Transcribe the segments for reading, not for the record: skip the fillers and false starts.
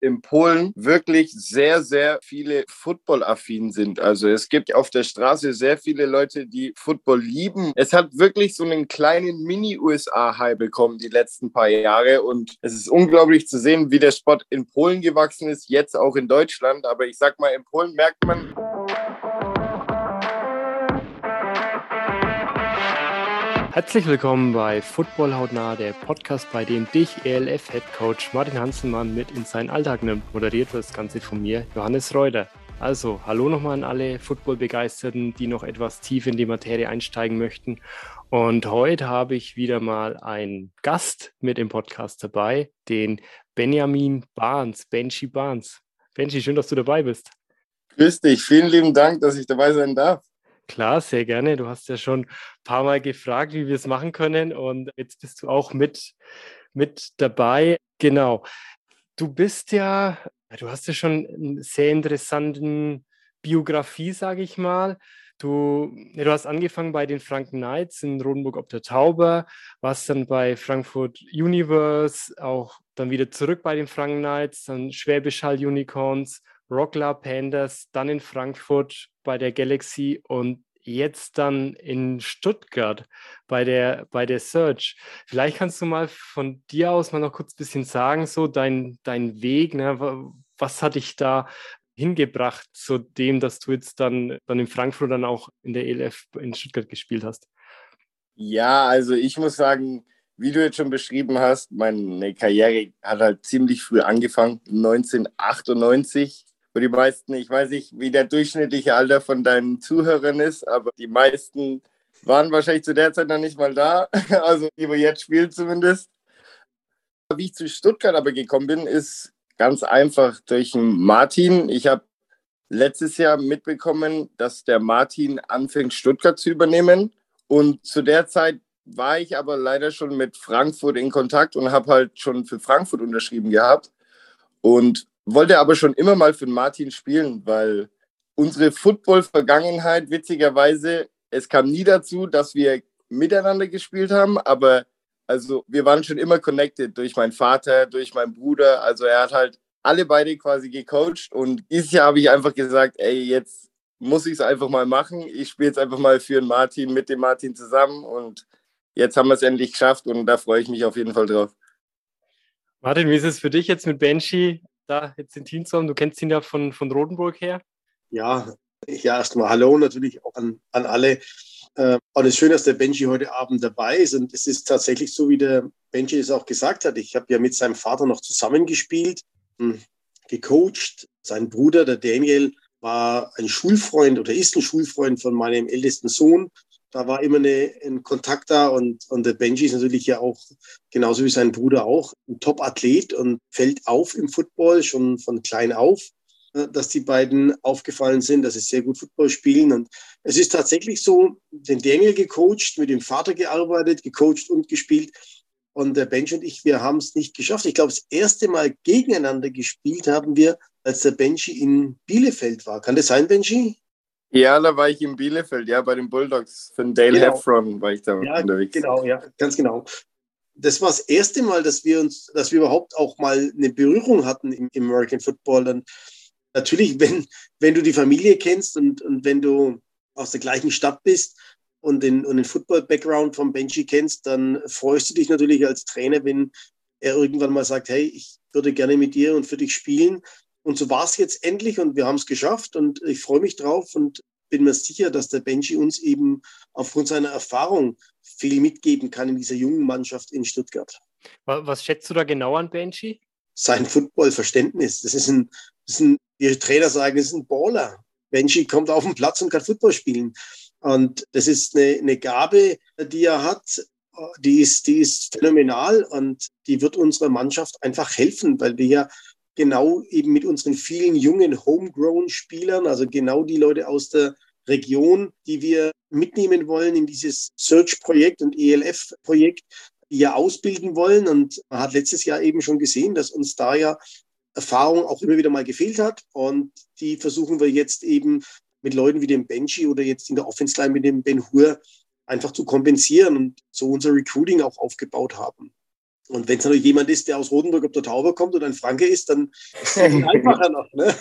in Polen wirklich sehr, sehr viele Football-affin sind. Also es gibt auf der Straße sehr viele Leute, die Football lieben. Es hat wirklich so einen kleinen Mini-USA-High bekommen die letzten paar Jahre und es ist unglaublich zu sehen, wie der Sport in Polen gewachsen ist, jetzt auch in Deutschland. Aber ich sag mal, in Polen merkt man... Herzlich willkommen bei Football hautnah, der Podcast, bei dem dich ELF-Headcoach Martin Hanselmann mit in seinen Alltag nimmt. Moderiert wird das Ganze von mir, Johannes Reuter. Also, hallo nochmal an alle Football-Begeisterten, die noch etwas tief in die Materie einsteigen möchten. Und heute habe ich wieder mal einen Gast mit im Podcast dabei, den Benjamin Barnes, Benji Barnes. Benji, schön, dass du dabei bist. Grüß dich, vielen lieben Dank, dass ich dabei sein darf. Klar, sehr gerne. Du hast ja schon ein paar Mal gefragt, wie wir es machen können und jetzt bist du auch mit dabei. Genau. Du hast ja schon eine sehr interessante Biografie, sage ich mal. Du hast angefangen bei den Franken Knights in Rodenburg ob der Tauber, warst dann bei Frankfurt Universe, auch dann wieder zurück bei den Franken Knights, dann Schwäbisch Hall Unicorns, Rockler Panthers, dann in Frankfurt bei der Galaxy und jetzt dann in Stuttgart bei der Surge. Vielleicht kannst du mal von dir aus mal noch kurz ein bisschen sagen, so dein Weg, ne? Was hat dich da hingebracht zu dem, dass du jetzt dann in Frankfurt dann auch in der ELF in Stuttgart gespielt hast? Ja, also ich muss sagen, wie du jetzt schon beschrieben hast, meine Karriere hat halt ziemlich früh angefangen, 1998. Für die meisten, ich weiß nicht, wie der durchschnittliche Alter von deinen Zuhörern ist, aber die meisten waren wahrscheinlich zu der Zeit noch nicht mal da, also die wir jetzt spielen zumindest. Wie ich zu Stuttgart aber gekommen bin, ist ganz einfach durch den Martin. Ich habe letztes Jahr mitbekommen, dass der Martin anfängt, Stuttgart zu übernehmen. Und zu der Zeit war ich aber leider schon mit Frankfurt in Kontakt und habe halt schon für Frankfurt unterschrieben gehabt. Und wollte aber schon immer mal für den Martin spielen, weil unsere Football-Vergangenheit, witzigerweise, es kam nie dazu, dass wir miteinander gespielt haben, aber also wir waren schon immer connected durch meinen Vater, durch meinen Bruder. Also er hat halt alle beide quasi gecoacht und dieses Jahr habe ich einfach gesagt, ey, jetzt muss ich es einfach mal machen. Ich spiele jetzt einfach mal für den Martin, mit dem Martin zusammen und jetzt haben wir es endlich geschafft und da freue ich mich auf jeden Fall drauf. Martin, wie ist es für dich jetzt mit Benji, da jetzt im Team zu haben? Du kennst ihn ja von Rodenburg her. Ja, erstmal hallo natürlich auch an alle. Und es ist schön, dass der Benji heute Abend dabei ist. Und es ist tatsächlich so, wie der Benji es auch gesagt hat. Ich habe ja mit seinem Vater noch zusammengespielt, gecoacht. Sein Bruder, der Daniel, war ein Schulfreund oder ist ein Schulfreund von meinem ältesten Sohn. Da war immer ein Kontakt da und der Benji ist natürlich ja auch, genauso wie sein Bruder auch, ein Top-Athlet und fällt auf im Football schon von klein auf, dass die beiden aufgefallen sind, dass sie sehr gut Football spielen. Und es ist tatsächlich so, den Daniel gecoacht, mit dem Vater gearbeitet, gecoacht und gespielt. Und der Benji und ich, wir haben es nicht geschafft. Ich glaube, das erste Mal gegeneinander gespielt haben wir, als der Benji in Bielefeld war. Kann das sein, Benji? Ja, da war ich in Bielefeld, ja, bei den Bulldogs von Dale Heffron war ich da unterwegs. Genau, ja, ganz genau. Das war das erste Mal, dass wir überhaupt auch mal eine Berührung hatten im American Football. Dann natürlich, wenn du die Familie kennst und wenn du aus der gleichen Stadt bist und den Football-Background von Benji kennst, dann freust du dich natürlich als Trainer, wenn er irgendwann mal sagt, hey, ich würde gerne mit dir und für dich spielen. Und so war es jetzt endlich und wir haben es geschafft und ich freue mich drauf und bin mir sicher, dass der Benji uns eben aufgrund seiner Erfahrung viel mitgeben kann in dieser jungen Mannschaft in Stuttgart. Was schätzt du da genau an Benji? Sein Football-Verständnis. Die Trainer sagen, das ist ein Baller. Benji kommt auf den Platz und kann Football spielen. Und das ist eine Gabe, die er hat, die ist phänomenal und die wird unserer Mannschaft einfach helfen, weil wir ja genau eben mit unseren vielen jungen Homegrown-Spielern, also genau die Leute aus der Region, die wir mitnehmen wollen in dieses Search-Projekt und ELF-Projekt, die ja ausbilden wollen. Und man hat letztes Jahr eben schon gesehen, dass uns da ja Erfahrung auch immer wieder mal gefehlt hat. Und die versuchen wir jetzt eben mit Leuten wie dem Benji oder jetzt in der Offense-Line mit dem Ben Hur einfach zu kompensieren und so unser Recruiting auch aufgebaut haben. Und wenn es natürlich jemand ist, der aus Rotenburg ob der Tauber kommt und ein Franke ist, dann ist es einfacher noch. Ne?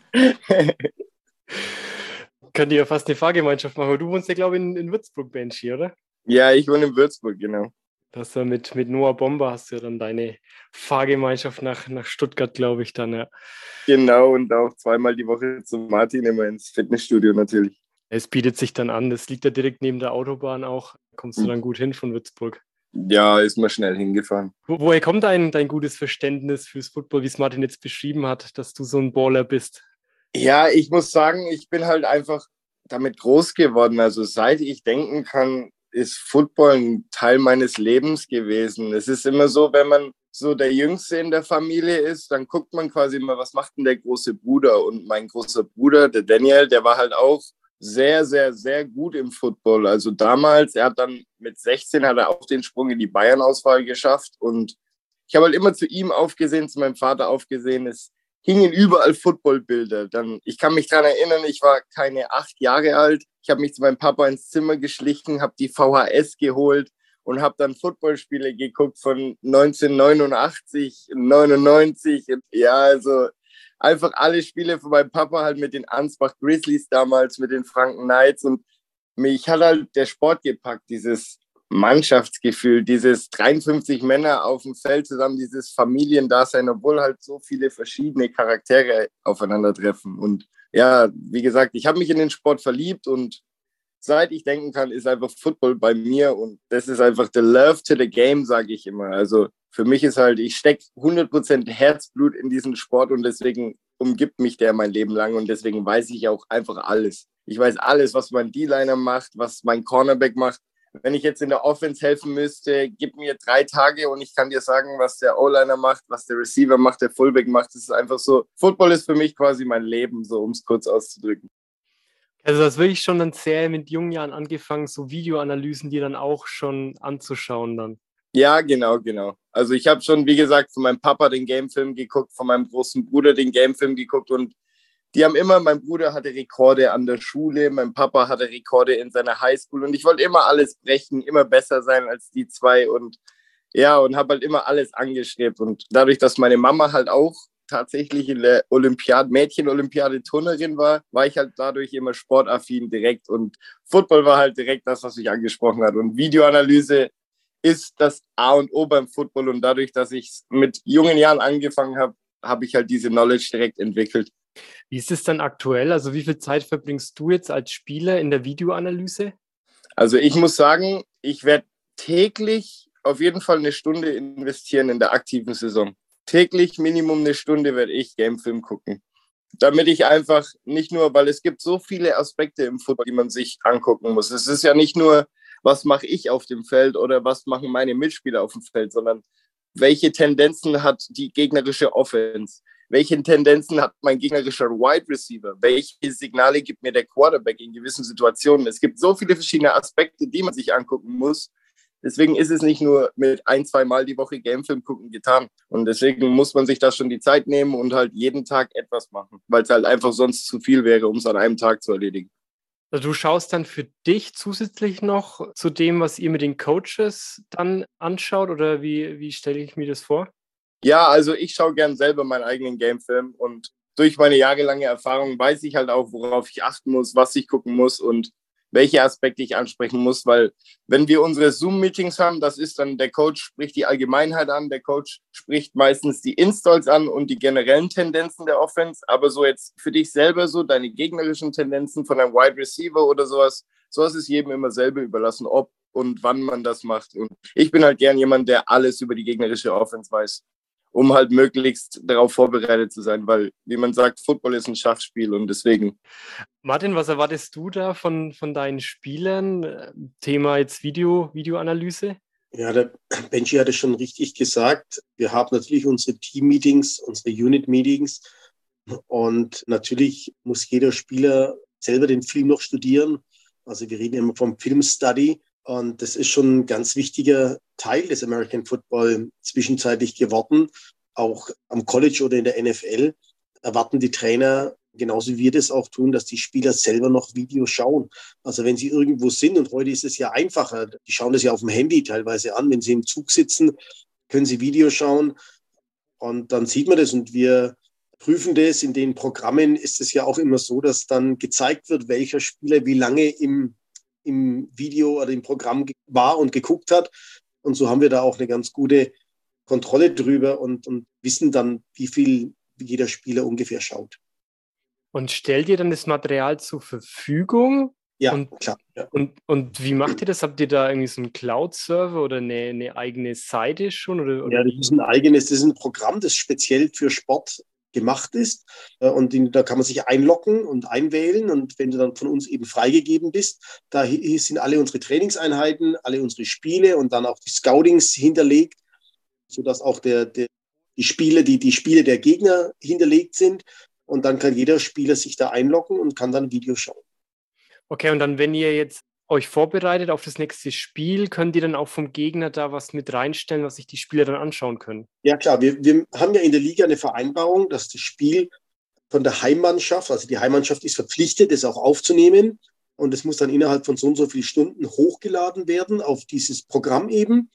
Könnt ihr ja fast eine Fahrgemeinschaft machen. Du wohnst ja, glaube ich, in Würzburg, Benji, oder? Ja, ich wohne in Würzburg, genau. Das ja mit Noah Bomber hast du ja dann deine Fahrgemeinschaft nach Stuttgart, glaube ich, dann, ja. Genau, und auch zweimal die Woche zum Martin immer ins Fitnessstudio natürlich. Es bietet sich dann an, das liegt ja direkt neben der Autobahn auch. Kommst du dann gut hin von Würzburg? Ja, ist mal schnell hingefahren. Woher kommt dein gutes Verständnis fürs Football, wie es Martin jetzt beschrieben hat, dass du so ein Baller bist? Ja, ich muss sagen, ich bin halt einfach damit groß geworden. Also seit ich denken kann, ist Football ein Teil meines Lebens gewesen. Es ist immer so, wenn man so der Jüngste in der Familie ist, dann guckt man quasi immer, was macht denn der große Bruder? Und mein großer Bruder, der Daniel, der war halt auch sehr, sehr, sehr gut im Football. Also damals, er hat dann mit 16 hat er auch den Sprung in die Bayern-Auswahl geschafft. Und ich habe halt immer zu ihm aufgesehen, zu meinem Vater aufgesehen. Es hingen überall Footballbilder. Ich kann mich daran erinnern, ich war keine 8 Jahre alt. Ich habe mich zu meinem Papa ins Zimmer geschlichen, habe die VHS geholt und habe dann Footballspiele geguckt von 1989, 99. Ja, also einfach alle Spiele von meinem Papa halt mit den Ansbach Grizzlies damals, mit den Franken Knights. Und mich hat halt der Sport gepackt, dieses Mannschaftsgefühl, dieses 53 Männer auf dem Feld zusammen, dieses Familiendasein, obwohl halt so viele verschiedene Charaktere aufeinandertreffen. Und ja, wie gesagt, ich habe mich in den Sport verliebt und seit ich denken kann, ist einfach Football bei mir und das ist einfach the love to the game, sage ich immer. Also für mich ist halt, ich stecke 100% Herzblut in diesen Sport und deswegen umgibt mich der mein Leben lang und deswegen weiß ich auch einfach alles. Ich weiß alles, was mein D-Liner macht, was mein Cornerback macht. Wenn ich jetzt in der Offense helfen müsste, gib mir 3 Tage und ich kann dir sagen, was der O-Liner macht, was der Receiver macht, der Fullback macht. Das ist einfach so, Football ist für mich quasi mein Leben, so um es kurz auszudrücken. Also das wirklich schon dann sehr mit jungen Jahren angefangen, so Videoanalysen, die dann auch schon anzuschauen dann. Ja, genau. Also ich habe schon, wie gesagt, von meinem Papa den Gamefilm geguckt, von meinem großen Bruder den Gamefilm geguckt und die haben immer, mein Bruder hatte Rekorde an der Schule, mein Papa hatte Rekorde in seiner Highschool und ich wollte immer alles brechen, immer besser sein als die zwei und ja, und habe halt immer alles angestrebt und dadurch, dass meine Mama halt auch tatsächlich in der Mädchen-Olympiade Turnerin war ich halt dadurch immer sportaffin direkt und Football war halt direkt das, was mich angesprochen hat und Videoanalyse ist das A und O beim Football und dadurch, dass ich mit jungen Jahren angefangen habe, habe ich halt diese Knowledge direkt entwickelt. Wie ist es dann aktuell? Also wie viel Zeit verbringst du jetzt als Spieler in der Videoanalyse? Also ich muss sagen, ich werde täglich auf jeden Fall 1 Stunde investieren in der aktiven Saison. Täglich Minimum 1 Stunde werde ich Gamefilm gucken. Damit ich einfach nicht nur, weil es gibt so viele Aspekte im Football, die man sich angucken muss. Es ist ja nicht nur, was mache ich auf dem Feld oder was machen meine Mitspieler auf dem Feld, sondern welche Tendenzen hat die gegnerische Offense? Welche Tendenzen hat mein gegnerischer Wide Receiver? Welche Signale gibt mir der Quarterback in gewissen Situationen? Es gibt so viele verschiedene Aspekte, die man sich angucken muss. Deswegen ist es nicht nur mit 1-2 Mal die Woche Gamefilm gucken getan. Und deswegen muss man sich da schon die Zeit nehmen und halt jeden Tag etwas machen, weil es halt einfach sonst zu viel wäre, um es an einem Tag zu erledigen. Also du schaust dann für dich zusätzlich noch zu dem, was ihr mit den Coaches dann anschaut oder wie stelle ich mir das vor? Ja, also ich schaue gern selber meinen eigenen Gamefilm und durch meine jahrelange Erfahrung weiß ich halt auch, worauf ich achten muss, was ich gucken muss und welche Aspekte ich ansprechen muss, weil wenn wir unsere Zoom-Meetings haben, das ist dann, der Coach spricht die Allgemeinheit an, der Coach spricht meistens die Installs an und die generellen Tendenzen der Offense, aber so jetzt für dich selber so, deine gegnerischen Tendenzen von einem Wide Receiver oder sowas ist jedem immer selber überlassen, ob und wann man das macht. Und ich bin halt gern jemand, der alles über die gegnerische Offense weiß, um halt möglichst darauf vorbereitet zu sein, weil, wie man sagt, Football ist ein Schachspiel und deswegen. Martin, was erwartest du da von deinen Spielern? Thema jetzt Videoanalyse? Ja, der Benji hat es schon richtig gesagt. Wir haben natürlich unsere Team-Meetings, unsere Unit-Meetings und natürlich muss jeder Spieler selber den Film noch studieren. Also wir reden immer vom Film-Study. Und das ist schon ein ganz wichtiger Teil des American Football zwischenzeitlich geworden. Auch am College oder in der NFL erwarten die Trainer, genauso wie wir das auch tun, dass die Spieler selber noch Videos schauen. Also wenn sie irgendwo sind, und heute ist es ja einfacher, die schauen das ja auf dem Handy teilweise an, wenn sie im Zug sitzen können Sie Video schauen und dann sieht man das und wir prüfen das. In den Programmen ist es ja auch immer so, dass dann gezeigt wird, welcher Spieler wie lange im Video oder im Programm war und geguckt hat. Und so haben wir da auch eine ganz gute Kontrolle drüber und wissen dann, wie viel jeder Spieler ungefähr schaut. Und stellt ihr dann das Material zur Verfügung? Ja, klar. Ja. Und wie macht ihr das? Habt ihr da irgendwie so einen Cloud-Server oder eine eigene Seite schon? Oder? Ja, das ist ein Programm, das speziell für Sport gemacht ist. Und da kann man sich einloggen und einwählen. Und wenn du dann von uns eben freigegeben bist, da sind alle unsere Trainingseinheiten, alle unsere Spiele und dann auch die Scoutings hinterlegt, sodass auch die Spiele der Gegner hinterlegt sind. Und dann kann jeder Spieler sich da einloggen und kann dann Video schauen. Okay, und dann, wenn ihr jetzt euch vorbereitet auf das nächste Spiel, könnt ihr dann auch vom Gegner da was mit reinstellen, was sich die Spieler dann anschauen können? Ja klar, wir haben ja in der Liga eine Vereinbarung, dass das Spiel von der Heimmannschaft, also die Heimmannschaft ist verpflichtet, das auch aufzunehmen. Und es muss dann innerhalb von so und so vielen Stunden hochgeladen werden auf dieses Programm eben.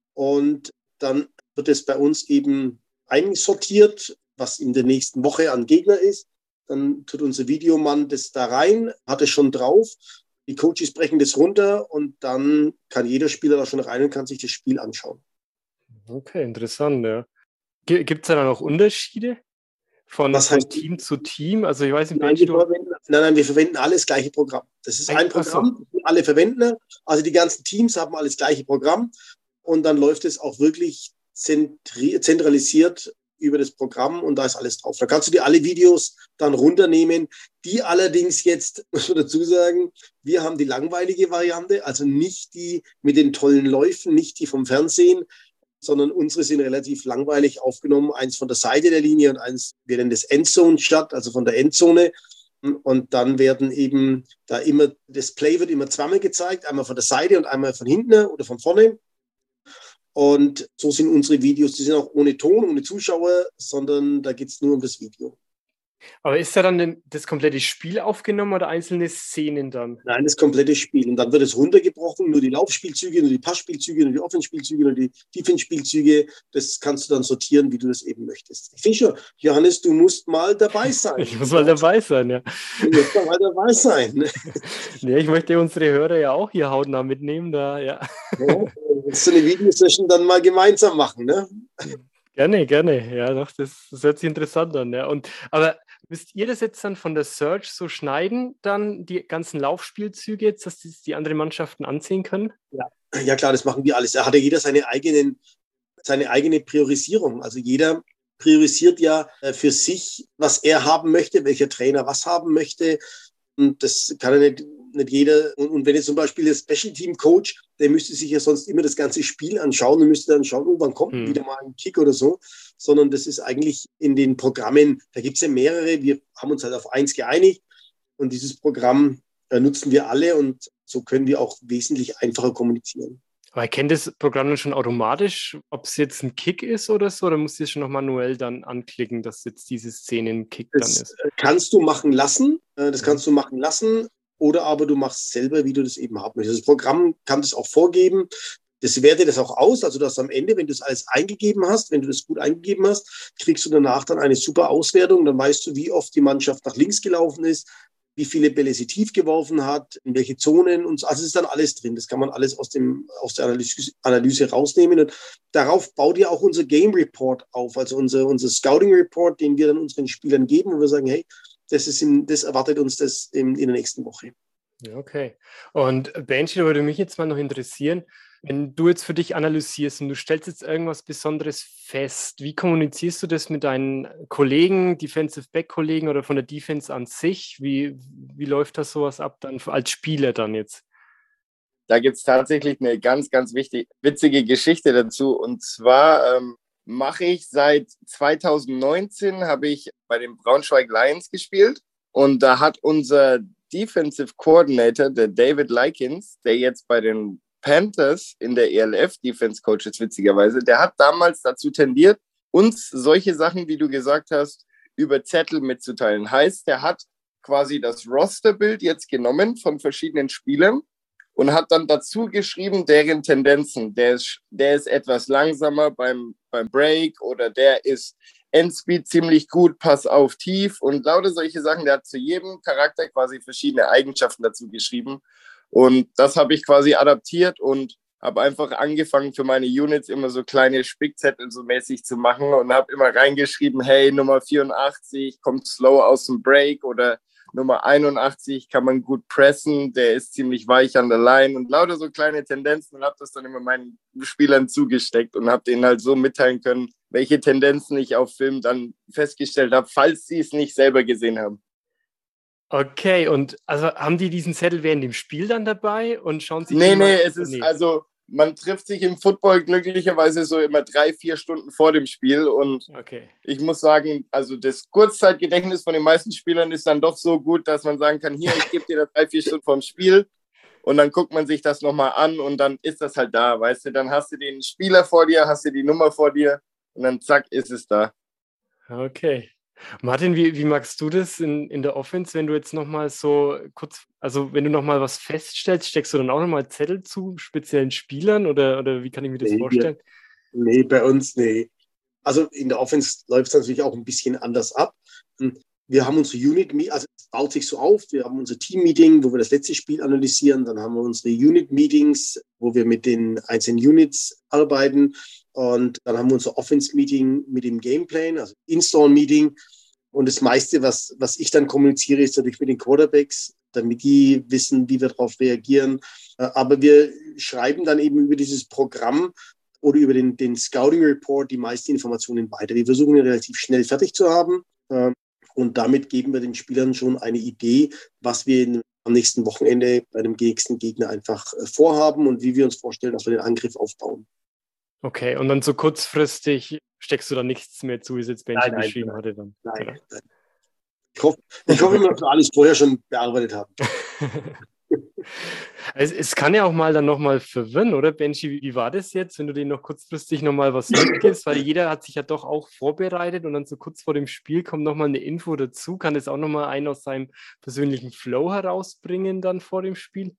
Und dann wird es bei uns eben einsortiert, was in der nächsten Woche an Gegner ist. Dann tut unser Videomann das da rein, hat es schon drauf. Die Coaches brechen das runter und dann kann jeder Spieler da schon rein und kann sich das Spiel anschauen. Okay, interessant, ja. Gibt es da dann auch Unterschiede von Team zu Team? Also ich weiß nicht, nein, wir verwenden alle das gleiche Programm. Das ist ein Programm, das alle verwenden. Also die ganzen Teams haben alle das gleiche Programm und dann läuft es auch wirklich zentralisiert über das Programm und da ist alles drauf. Da kannst du dir alle Videos dann runternehmen, die allerdings jetzt, muss man dazu sagen, wir haben die langweilige Variante, also nicht die mit den tollen Läufen, nicht die vom Fernsehen, sondern unsere sind relativ langweilig aufgenommen. Eins von der Seite der Linie und eins, wir nennen das Endzone statt, also von der Endzone. Und dann werden eben da immer, das Play wird immer zweimal gezeigt, einmal von der Seite und einmal von hinten oder von vorne. Und so sind unsere Videos, die sind auch ohne Ton, ohne Zuschauer, sondern da geht es nur um das Video. Aber ist da dann das komplette Spiel aufgenommen oder einzelne Szenen dann? Nein, das komplette Spiel. Und dann wird es runtergebrochen, nur die Laufspielzüge, nur die Passspielzüge, nur die Offenspielzüge, nur die Defense-Spielzüge. Das kannst du dann sortieren, wie du das eben möchtest. Ich finde schon, Johannes, du musst mal dabei sein. Ich muss mal dabei sein, ja. Du musst mal dabei sein. Ja, ich möchte unsere Hörer ja auch hier hautnah mitnehmen. Da, ja. So eine Videosession dann mal gemeinsam machen, ne? Gerne. Ja, doch, das hört sich interessant an. Ja. Aber müsst ihr das jetzt dann von der Search so schneiden, dann die ganzen Laufspielzüge jetzt, dass die anderen Mannschaften ansehen können? Ja klar, das machen wir alles. Da hat ja jeder seine eigene Priorisierung. Also jeder priorisiert ja für sich, was er haben möchte, welcher Trainer was haben möchte. Und das kann ja nicht jeder. Und wenn jetzt zum Beispiel der Special Team Coach, der müsste sich ja sonst immer das ganze Spiel anschauen und müsste dann schauen, wann kommt wieder mal ein Kick oder so. Sondern das ist eigentlich in den Programmen, da gibt es ja mehrere. Wir haben uns halt auf eins geeinigt und dieses Programm nutzen wir alle und so können wir auch wesentlich einfacher kommunizieren. Aber erkennt das Programm dann schon automatisch, ob es jetzt ein Kick ist oder so, oder musst du es schon noch manuell dann anklicken, dass jetzt diese Szene ein Kick dann ist? Das kannst du machen lassen. Oder aber du machst selber, wie du das eben haben möchtest. Das Programm kann das auch vorgeben. Das wertet das auch aus. Also, dass am Ende, wenn du das alles eingegeben hast, wenn du das gut eingegeben hast, kriegst du danach dann eine super Auswertung. Dann weißt du, wie oft die Mannschaft nach links gelaufen ist, wie viele Bälle sie tief geworfen hat, in welche Zonen und so. Also es ist dann alles drin. Das kann man alles aus der Analyse rausnehmen. Und darauf baut ja auch unser Game Report auf, also unser Scouting Report, den wir dann unseren Spielern geben und wir sagen, hey, das erwartet uns das in der nächsten Woche. Okay. Und Benji, da würde mich jetzt mal noch interessieren, wenn du jetzt für dich analysierst und du stellst jetzt irgendwas Besonderes fest, wie kommunizierst du das mit deinen Kollegen, Defensive Back-Kollegen oder von der Defense an sich? Wie läuft das sowas ab dann als Spieler dann jetzt? Da gibt es tatsächlich eine ganz, ganz witzige Geschichte dazu. Und zwar mache ich seit 2019, habe ich bei den Braunschweig Lions gespielt. Und da hat unser Defensive Coordinator, der David Likens, der jetzt bei den Panthers in der ELF Defense Coach ist, witzigerweise, der hat damals dazu tendiert, uns solche Sachen, wie du gesagt hast, über Zettel mitzuteilen. Heißt, der hat quasi das Rosterbild jetzt genommen von verschiedenen Spielern und hat dann dazu geschrieben, deren Tendenzen. Der ist etwas langsamer beim Break oder der ist Endspeed ziemlich gut, Pass auf tief und lauter solche Sachen. Der hat zu jedem Charakter quasi verschiedene Eigenschaften dazu geschrieben. Und das habe ich quasi adaptiert und habe einfach angefangen für meine Units immer so kleine Spickzettel so mäßig zu machen und habe immer reingeschrieben, hey, Nummer 84 kommt slow aus dem Break oder Nummer 81 kann man gut pressen, der ist ziemlich weich an der Line und lauter so kleine Tendenzen und habe das dann immer meinen Spielern zugesteckt und habe denen halt so mitteilen können, welche Tendenzen ich auf Film dann festgestellt habe, falls sie es nicht selber gesehen haben. Okay, und also haben die diesen Zettel während dem Spiel dann dabei und schauen sich also man trifft sich im Football glücklicherweise so immer 3-4 Stunden vor dem Spiel und Ich muss sagen, also das Kurzzeitgedächtnis von den meisten Spielern ist dann doch so gut, dass man sagen kann, hier, ich gebe dir das 3-4 Stunden vorm Spiel und dann guckt man sich das nochmal an und dann ist das halt da, weißt du, dann hast du den Spieler vor dir, hast du die Nummer vor dir und dann zack, ist es da. Okay. Martin, wie magst du das in der Offense, wenn du jetzt nochmal so kurz, also wenn du nochmal was feststellst, steckst du dann auch nochmal Zettel zu speziellen Spielern oder wie kann ich mir das vorstellen? Bei uns, nee. Also in der Offense läuft es natürlich auch ein bisschen anders ab. Wir haben unsere also es baut sich so auf, wir haben unser Team-Meeting, wo wir das letzte Spiel analysieren, dann haben wir unsere Unit-Meetings, wo wir mit den einzelnen Units arbeiten und dann haben wir unser Offense-Meeting mit dem Gameplan, also Install-Meeting und das meiste, was ich dann kommuniziere, ist natürlich mit den Quarterbacks, damit die wissen, wie wir darauf reagieren, aber wir schreiben dann eben über dieses Programm oder über den Scouting Report die meisten Informationen weiter. Wir versuchen ihn relativ schnell fertig zu haben und damit geben wir den Spielern schon eine Idee, was wir am nächsten Wochenende bei dem nächsten Gegner einfach vorhaben und wie wir uns vorstellen, dass wir den Angriff aufbauen. Okay, und dann so kurzfristig steckst du da nichts mehr zu, wie es jetzt Benji beschrieben hatte dann? Nein. Ich hoffe, wir alles vorher schon bearbeitet haben. Es kann ja auch mal dann nochmal verwirren, oder Benji? Wie war das jetzt, wenn du denen noch kurzfristig nochmal was mitgibst? Weil jeder hat sich ja doch auch vorbereitet und dann so kurz vor dem Spiel kommt nochmal eine Info dazu. Kann das auch nochmal einen aus seinem persönlichen Flow herausbringen dann vor dem Spiel?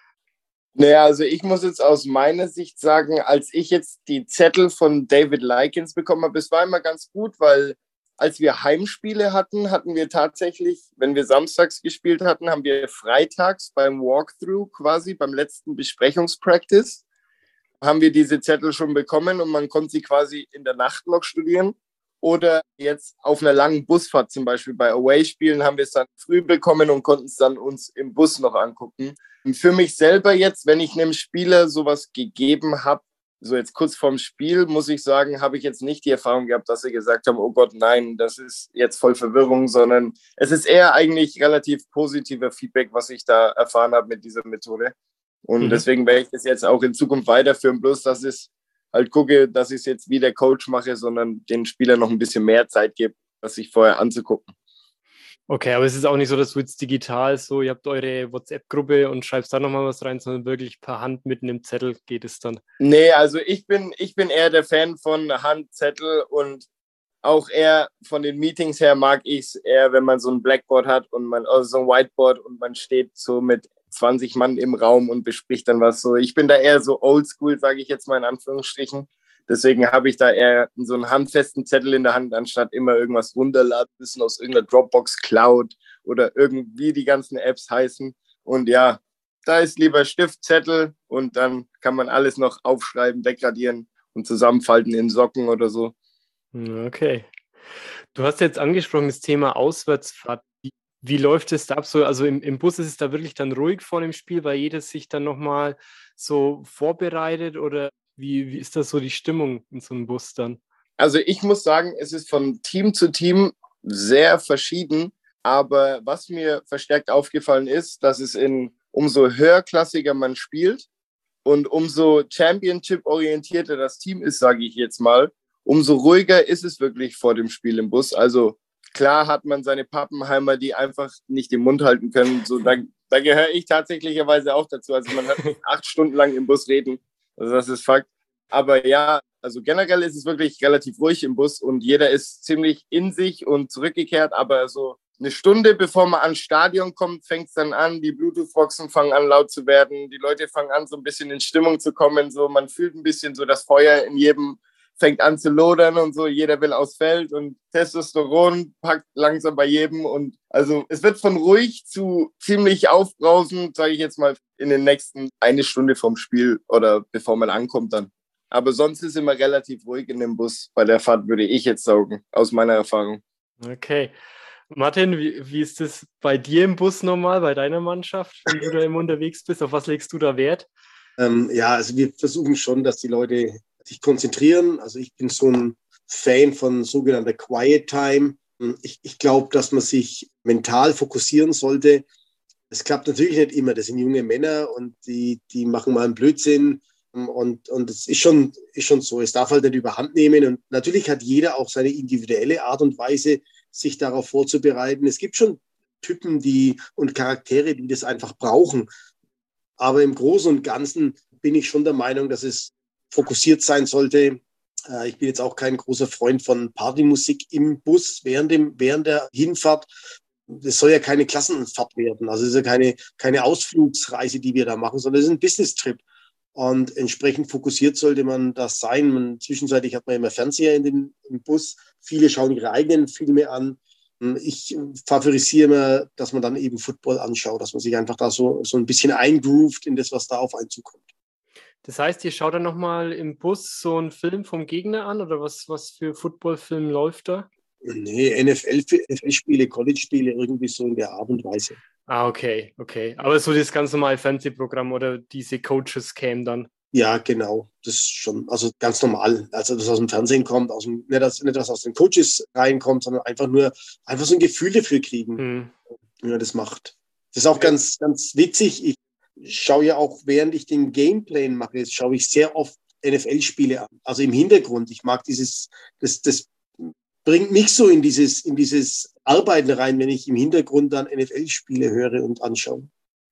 Naja, also ich muss jetzt aus meiner Sicht sagen, als ich jetzt die Zettel von David Likens bekommen habe, es war immer ganz gut, weil als wir Heimspiele hatten, hatten wir tatsächlich, wenn wir samstags gespielt hatten, haben wir freitags beim Walkthrough quasi, beim letzten Besprechungspractice, haben wir diese Zettel schon bekommen und man konnte sie quasi in der Nacht noch studieren. Oder jetzt auf einer langen Busfahrt, zum Beispiel bei Away-Spielen, haben wir es dann früh bekommen und konnten es dann uns im Bus noch angucken. Und für mich selber jetzt, wenn ich einem Spieler sowas gegeben habe, so jetzt kurz vorm Spiel, muss ich sagen, habe ich jetzt nicht die Erfahrung gehabt, dass sie gesagt haben, oh Gott, nein, das ist jetzt voll Verwirrung, sondern es ist eher eigentlich relativ positiver Feedback, was ich da erfahren habe mit dieser Methode. Und deswegen werde ich das jetzt auch in Zukunft weiterführen, bloß dass ich halt gucke, dass ich es jetzt wie der Coach mache, sondern den Spielern noch ein bisschen mehr Zeit gebe, das sich vorher anzugucken. Okay, aber es ist auch nicht so, dass du jetzt digital so, ihr habt eure WhatsApp-Gruppe und schreibst da nochmal was rein, sondern wirklich per Hand mit einem Zettel geht es dann. Nee, also ich bin eher der Fan von Handzettel und auch eher von den Meetings her mag ich es eher, wenn man so ein Blackboard hat und also so ein Whiteboard und man steht so mit 20 Mann im Raum und bespricht dann was so. Ich bin da eher so oldschool, sage ich jetzt mal in Anführungsstrichen. Deswegen habe ich da eher so einen handfesten Zettel in der Hand, anstatt immer irgendwas runterladen müssen aus irgendeiner Dropbox Cloud oder irgendwie die ganzen Apps heißen. Und ja, da ist lieber Stift, Zettel und dann kann man alles noch aufschreiben, degradieren und zusammenfalten in Socken oder so. Okay. Du hast jetzt angesprochen, das Thema Auswärtsfahrt. Wie läuft es da ab? So, also im Bus ist es da wirklich dann ruhig vor dem Spiel, weil jeder sich dann nochmal so vorbereitet oder wie ist das so die Stimmung in so einem Bus dann? Also ich muss sagen, es ist von Team zu Team sehr verschieden, aber was mir verstärkt aufgefallen ist, dass es umso höherklassiger man spielt und umso Championship-orientierter das Team ist, sage ich jetzt mal, umso ruhiger ist es wirklich vor dem Spiel im Bus. Also klar hat man seine Pappenheimer, die einfach nicht den Mund halten können. So, da gehöre ich tatsächlicherweise auch dazu. Also man hat 8 Stunden lang im Bus reden. Also das ist Fakt. Aber ja, also generell ist es wirklich relativ ruhig im Bus und jeder ist ziemlich in sich und zurückgekehrt. Aber so eine Stunde bevor man ans Stadion kommt, fängt es dann an, die Bluetooth-Boxen fangen an laut zu werden, die Leute fangen an so ein bisschen in Stimmung zu kommen, so man fühlt ein bisschen so das Feuer in jedem, fängt an zu lodern und so, jeder will aufs Feld und Testosteron packt langsam bei jedem und also es wird von ruhig zu ziemlich aufbrausend, sage ich jetzt mal, in den nächsten eine Stunde vom Spiel oder bevor man ankommt dann. Aber sonst ist immer relativ ruhig in dem Bus bei der Fahrt, würde ich jetzt sagen, aus meiner Erfahrung. Okay. Martin, wie ist das bei dir im Bus normal, bei deiner Mannschaft, wenn du da immer unterwegs bist? Auf was legst du da Wert? Ja, also wir versuchen schon, dass die Leute sich konzentrieren. Also ich bin so ein Fan von sogenannter Quiet Time. Ich glaube, dass man sich mental fokussieren sollte. Es klappt natürlich nicht immer. Das sind junge Männer und die machen mal einen Blödsinn. Und es ist schon so. Es darf halt nicht überhand nehmen. Und natürlich hat jeder auch seine individuelle Art und Weise, sich darauf vorzubereiten. Es gibt schon Typen und Charaktere, die das einfach brauchen. Aber im Großen und Ganzen bin ich schon der Meinung, dass es fokussiert sein sollte. Ich bin jetzt auch kein großer Freund von Partymusik im Bus während der Hinfahrt. Das soll ja keine Klassenfahrt werden. Also es ist ja keine Ausflugsreise, die wir da machen, sondern es ist ein Business-Trip. Und entsprechend fokussiert sollte man das sein. Zwischenzeitlich hat man immer Fernseher im Bus. Viele schauen ihre eigenen Filme an. Ich favorisiere immer, dass man dann eben Football anschaut, dass man sich einfach da so ein bisschen eingroovt in das, was da auf einen zukommt. Das heißt, ihr schaut dann nochmal im Bus so einen Film vom Gegner an oder was für Footballfilm läuft da? Nee, NFL-Spiele, College-Spiele, irgendwie so in der Art und Weise. Ah, okay. Aber so das ganz normale Fernsehprogramm oder diese Coaches-Cam dann? Ja, genau. Das ist schon, also ganz normal. Also das aus dem Fernsehen kommt, nicht was aus den Coaches reinkommt, sondern einfach so ein Gefühl dafür kriegen, wie man das macht. Das ist auch ganz, ganz witzig. Ich schaue ja auch, während ich den Gameplan mache, schaue ich sehr oft NFL-Spiele an. Also im Hintergrund. Ich mag das bringt mich so in dieses Arbeiten rein, wenn ich im Hintergrund dann NFL-Spiele höre und anschaue.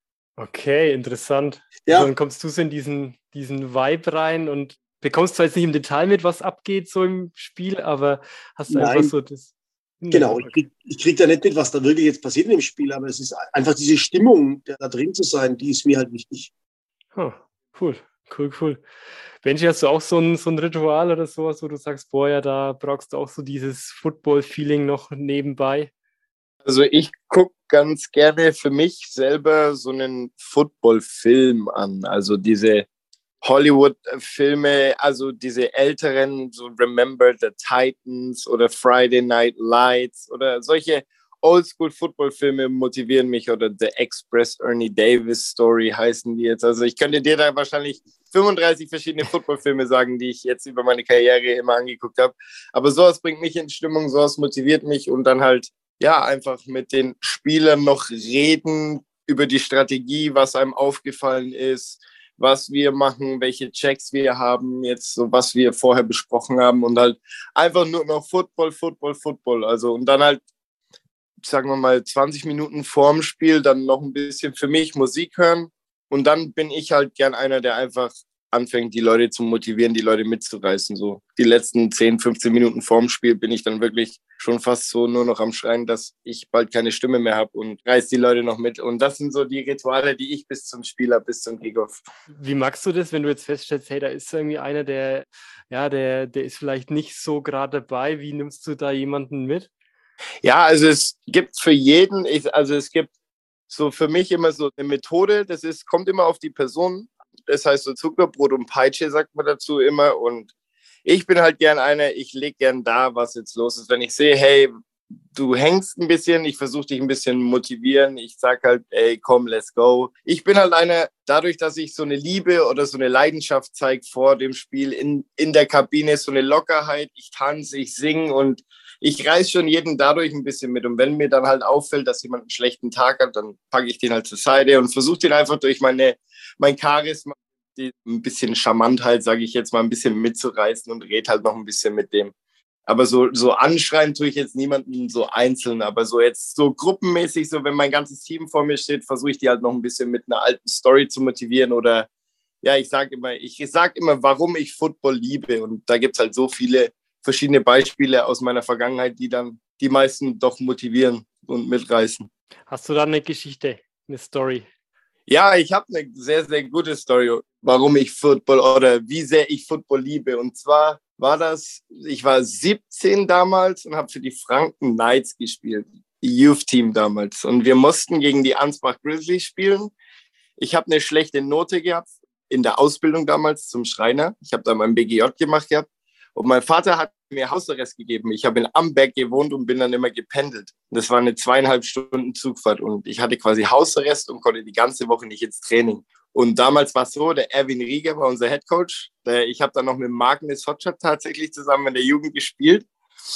Okay, interessant. Ja. Also dann kommst du so in diesen Vibe rein und bekommst zwar jetzt nicht im Detail mit, was abgeht so im Spiel, aber hast einfach so das... Genau, ich krieg da nicht mit, was da wirklich jetzt passiert in dem Spiel, aber es ist einfach diese Stimmung, da drin zu sein, die ist mir halt wichtig. Oh, cool. Benji, hast du auch so ein Ritual oder sowas, wo du sagst, boah, ja, da brauchst du auch so dieses Football-Feeling noch nebenbei? Also ich gucke ganz gerne für mich selber so einen Football-Film an. Also diese Hollywood-Filme, also diese älteren, so Remember the Titans oder Friday Night Lights oder solche Oldschool-Football-Filme motivieren mich oder The Express Ernie Davis Story heißen die jetzt. Also ich könnte dir da wahrscheinlich 35 verschiedene Footballfilme sagen, die ich jetzt über meine Karriere immer angeguckt habe. Aber sowas bringt mich in Stimmung, sowas motiviert mich und dann halt, ja, einfach mit den Spielern noch reden über die Strategie, was einem aufgefallen ist, was wir machen, welche Checks wir haben, jetzt so was wir vorher besprochen haben und halt einfach nur noch Football. Also und dann halt, sagen wir mal, 20 Minuten vorm Spiel dann noch ein bisschen für mich Musik hören und dann bin ich halt gern einer, der einfach anfängt, die Leute zu motivieren, die Leute mitzureißen. So die letzten 10, 15 Minuten vorm Spiel bin ich dann wirklich schon fast so nur noch am Schreien, dass ich bald keine Stimme mehr habe und reiß die Leute noch mit. Und das sind so die Rituale, die ich bis zum Spiel habe, bis zum Kickoff. Wie magst du das, wenn du jetzt feststellst, hey, da ist irgendwie einer, der ist vielleicht nicht so gerade dabei. Wie nimmst du da jemanden mit? Ja, also es gibt für jeden, es gibt so für mich immer so eine Methode, kommt immer auf die Person. Das heißt so Zuckerbrot und Peitsche, sagt man dazu immer. Und ich bin halt gern einer, ich lege gern da, was jetzt los ist. Wenn ich sehe, hey, du hängst ein bisschen, ich versuche dich ein bisschen motivieren. Ich sag halt, ey, komm, let's go. Ich bin halt einer, dadurch, dass ich so eine Liebe oder so eine Leidenschaft zeige vor dem Spiel in der Kabine, so eine Lockerheit, ich tanze, ich singe und ich reiß schon jeden dadurch ein bisschen mit. Und wenn mir dann halt auffällt, dass jemand einen schlechten Tag hat, dann packe ich den halt zur Seite und versuche den einfach durch mein Charisma, ein bisschen Charmantheit, sage ich jetzt mal, ein bisschen mitzureißen und rede halt noch ein bisschen mit dem. Aber so anschreien tue ich jetzt niemanden so einzeln, aber so jetzt so gruppenmäßig, so wenn mein ganzes Team vor mir steht, versuche ich die halt noch ein bisschen mit einer alten Story zu motivieren oder ja, ich sag immer, warum ich Football liebe und da gibt es halt so viele verschiedene Beispiele aus meiner Vergangenheit, die dann die meisten doch motivieren. und mitreißen. Hast du da eine Geschichte, eine Story? Ja, ich habe eine sehr, sehr gute Story, warum ich Football oder wie sehr ich Football liebe. Und zwar ich war 17 damals und habe für die Franken Knights gespielt, die Youth-Team damals. Und wir mussten gegen die Ansbach Grizzlies spielen. Ich habe eine schlechte Note gehabt in der Ausbildung damals zum Schreiner. Ich habe da mein BGJ gemacht gehabt. Und mein Vater hat mir Hausarrest gegeben. Ich habe in Amberg gewohnt und bin dann immer gependelt. Das war eine 2,5 Stunden Zugfahrt und ich hatte quasi Hausarrest und konnte die ganze Woche nicht ins Training. Und damals war es so, der Erwin Rieger war unser Headcoach. Ich habe dann noch mit Magnus Hotscher tatsächlich zusammen in der Jugend gespielt.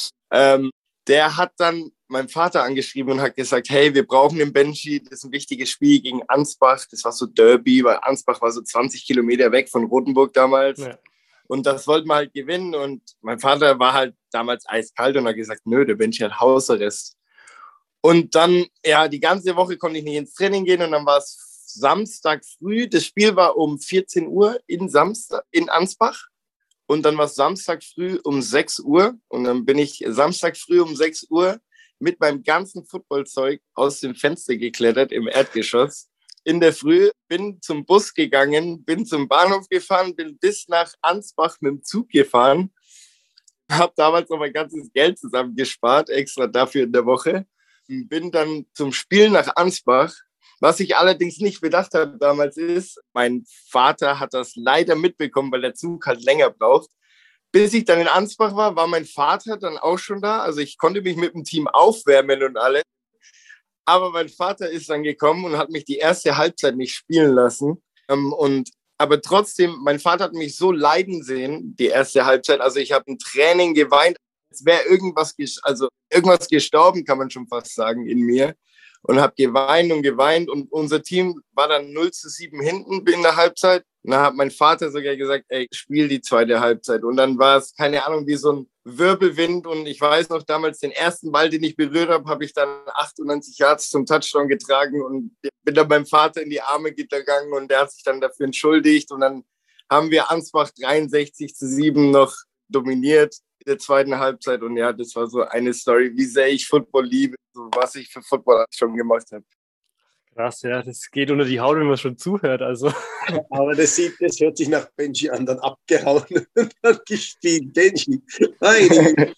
Der hat dann meinen Vater angeschrieben und hat gesagt, hey, wir brauchen den Benji, das ist ein wichtiges Spiel gegen Ansbach. Das war so Derby, weil Ansbach war so 20 Kilometer weg von Rothenburg damals. Ja. Und das wollten wir halt gewinnen. Und mein Vater war halt damals eiskalt und hat gesagt, nö, der Benji hat Hausarrest. Und dann, ja, die ganze Woche konnte ich nicht ins Training gehen. Und dann war es Samstag früh. Das Spiel war um 14 Uhr in Ansbach. Und dann war es Samstag früh um 6 Uhr. Und dann bin ich Samstag früh um 6 Uhr mit meinem ganzen Footballzeug aus dem Fenster geklettert im Erdgeschoss. In der Früh, bin zum Bus gegangen, bin zum Bahnhof gefahren, bin bis nach Ansbach mit dem Zug gefahren. Habe damals noch mein ganzes Geld zusammengespart, extra dafür in der Woche. Bin dann zum Spiel nach Ansbach. Was ich allerdings nicht bedacht habe damals ist, mein Vater hat das leider mitbekommen, weil der Zug halt länger braucht. Bis ich dann in Ansbach war mein Vater dann auch schon da. Also ich konnte mich mit dem Team aufwärmen und alles. Aber mein Vater ist dann gekommen und hat mich die erste Halbzeit nicht spielen lassen. Aber trotzdem, mein Vater hat mich so leiden sehen, die erste Halbzeit. Also ich habe ein Training geweint, als wäre irgendwas gestorben, kann man schon fast sagen, in mir. Und habe geweint und unser Team war dann 0:7 hinten in der Halbzeit. Und da hat mein Vater sogar gesagt, ey, spiel die zweite Halbzeit. Und dann war es, keine Ahnung, wie so ein Wirbelwind. Und ich weiß noch, damals den ersten Ball, den ich berührt habe, habe ich dann 98 Yards zum Touchdown getragen und bin dann beim Vater in die Arme gegangen und der hat sich dann dafür entschuldigt. Und dann haben wir Ansbach 63:7 noch dominiert in der zweiten Halbzeit. Und ja, das war so eine Story, wie sehr ich Football liebe, so was ich für Football schon gemacht habe. Krass, ja, das geht unter die Haut, wenn man schon zuhört. Also. Aber das hört sich nach Benji an, dann abgehauen und dann gespielt. Benji. Nein.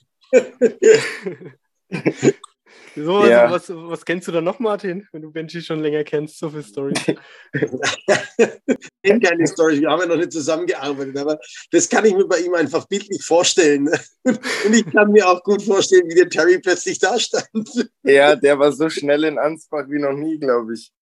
So, ja. Also was kennst du da noch, Martin, wenn du Benji schon länger kennst, so viele Storys? Ich kenne keine Storys, wir haben ja noch nicht zusammengearbeitet, aber das kann ich mir bei ihm einfach bildlich vorstellen. Und ich kann mir auch gut vorstellen, wie der Terry plötzlich da stand. Ja, der war so schnell in Ansbach wie noch nie, glaube ich.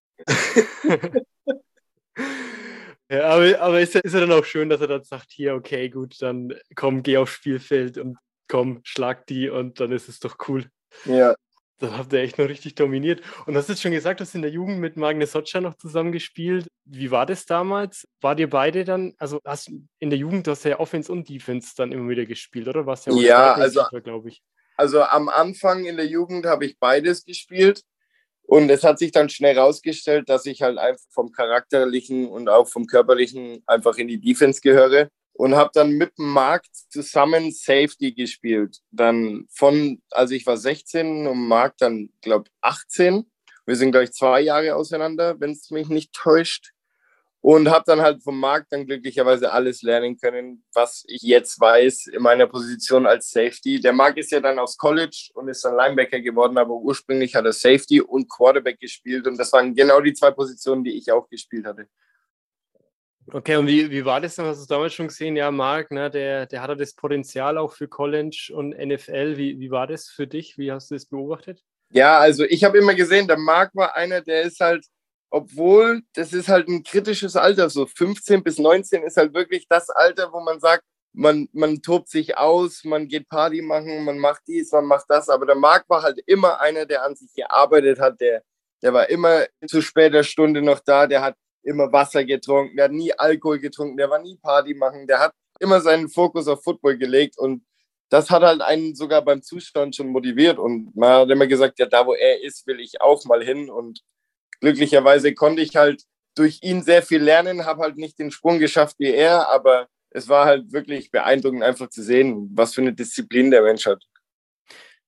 Ja, aber ist ja dann auch schön, dass er dann sagt, hier, okay, gut, dann komm, geh aufs Spielfeld und komm, schlag die und dann ist es doch cool. Ja. Dann habt ihr echt noch richtig dominiert. Und du hast jetzt schon gesagt, du hast in der Jugend mit Magnus Hotscher noch zusammen gespielt. Wie war das damals? Wart ihr beide dann, also hast in der Jugend, du hast ja Offense und Defense dann immer wieder gespielt, oder? Warst ja also, glaube ich. Also am Anfang in der Jugend habe ich beides gespielt. Und es hat sich dann schnell herausgestellt, dass ich halt einfach vom Charakterlichen und auch vom Körperlichen einfach in die Defense gehöre. Und habe dann mit dem Marc zusammen Safety gespielt. Dann also ich war 16 und Marc dann, glaube ich, 18. Wir sind gleich 2 Jahre auseinander, wenn es mich nicht täuscht. Und habe dann halt vom Marc dann glücklicherweise alles lernen können, was ich jetzt weiß in meiner Position als Safety. Der Marc ist ja dann aus College und ist dann Linebacker geworden, aber ursprünglich hat er Safety und Quarterback gespielt. Und das waren genau die 2 Positionen, die ich auch gespielt hatte. Okay, und wie war das dann? Hast du es damals schon gesehen? Ja, Marc, ne, der hatte das Potenzial auch für College und NFL. Wie war das für dich? Wie hast du das beobachtet? Ja, also ich habe immer gesehen, der Marc war einer, der ist halt, obwohl das ist halt ein kritisches Alter, so 15 bis 19 ist halt wirklich das Alter, wo man sagt, man tobt sich aus, man geht Party machen, man macht dies, man macht das. Aber der Marc war halt immer einer, der an sich gearbeitet hat, der war immer zu später Stunde noch da, der hat immer Wasser getrunken, der hat nie Alkohol getrunken, der war nie Party machen, der hat immer seinen Fokus auf Football gelegt und das hat halt einen sogar beim Zuschauen schon motiviert und man hat immer gesagt, ja, da wo er ist, will ich auch mal hin und glücklicherweise konnte ich halt durch ihn sehr viel lernen, habe halt nicht den Sprung geschafft wie er, aber es war halt wirklich beeindruckend einfach zu sehen, was für eine Disziplin der Mensch hat.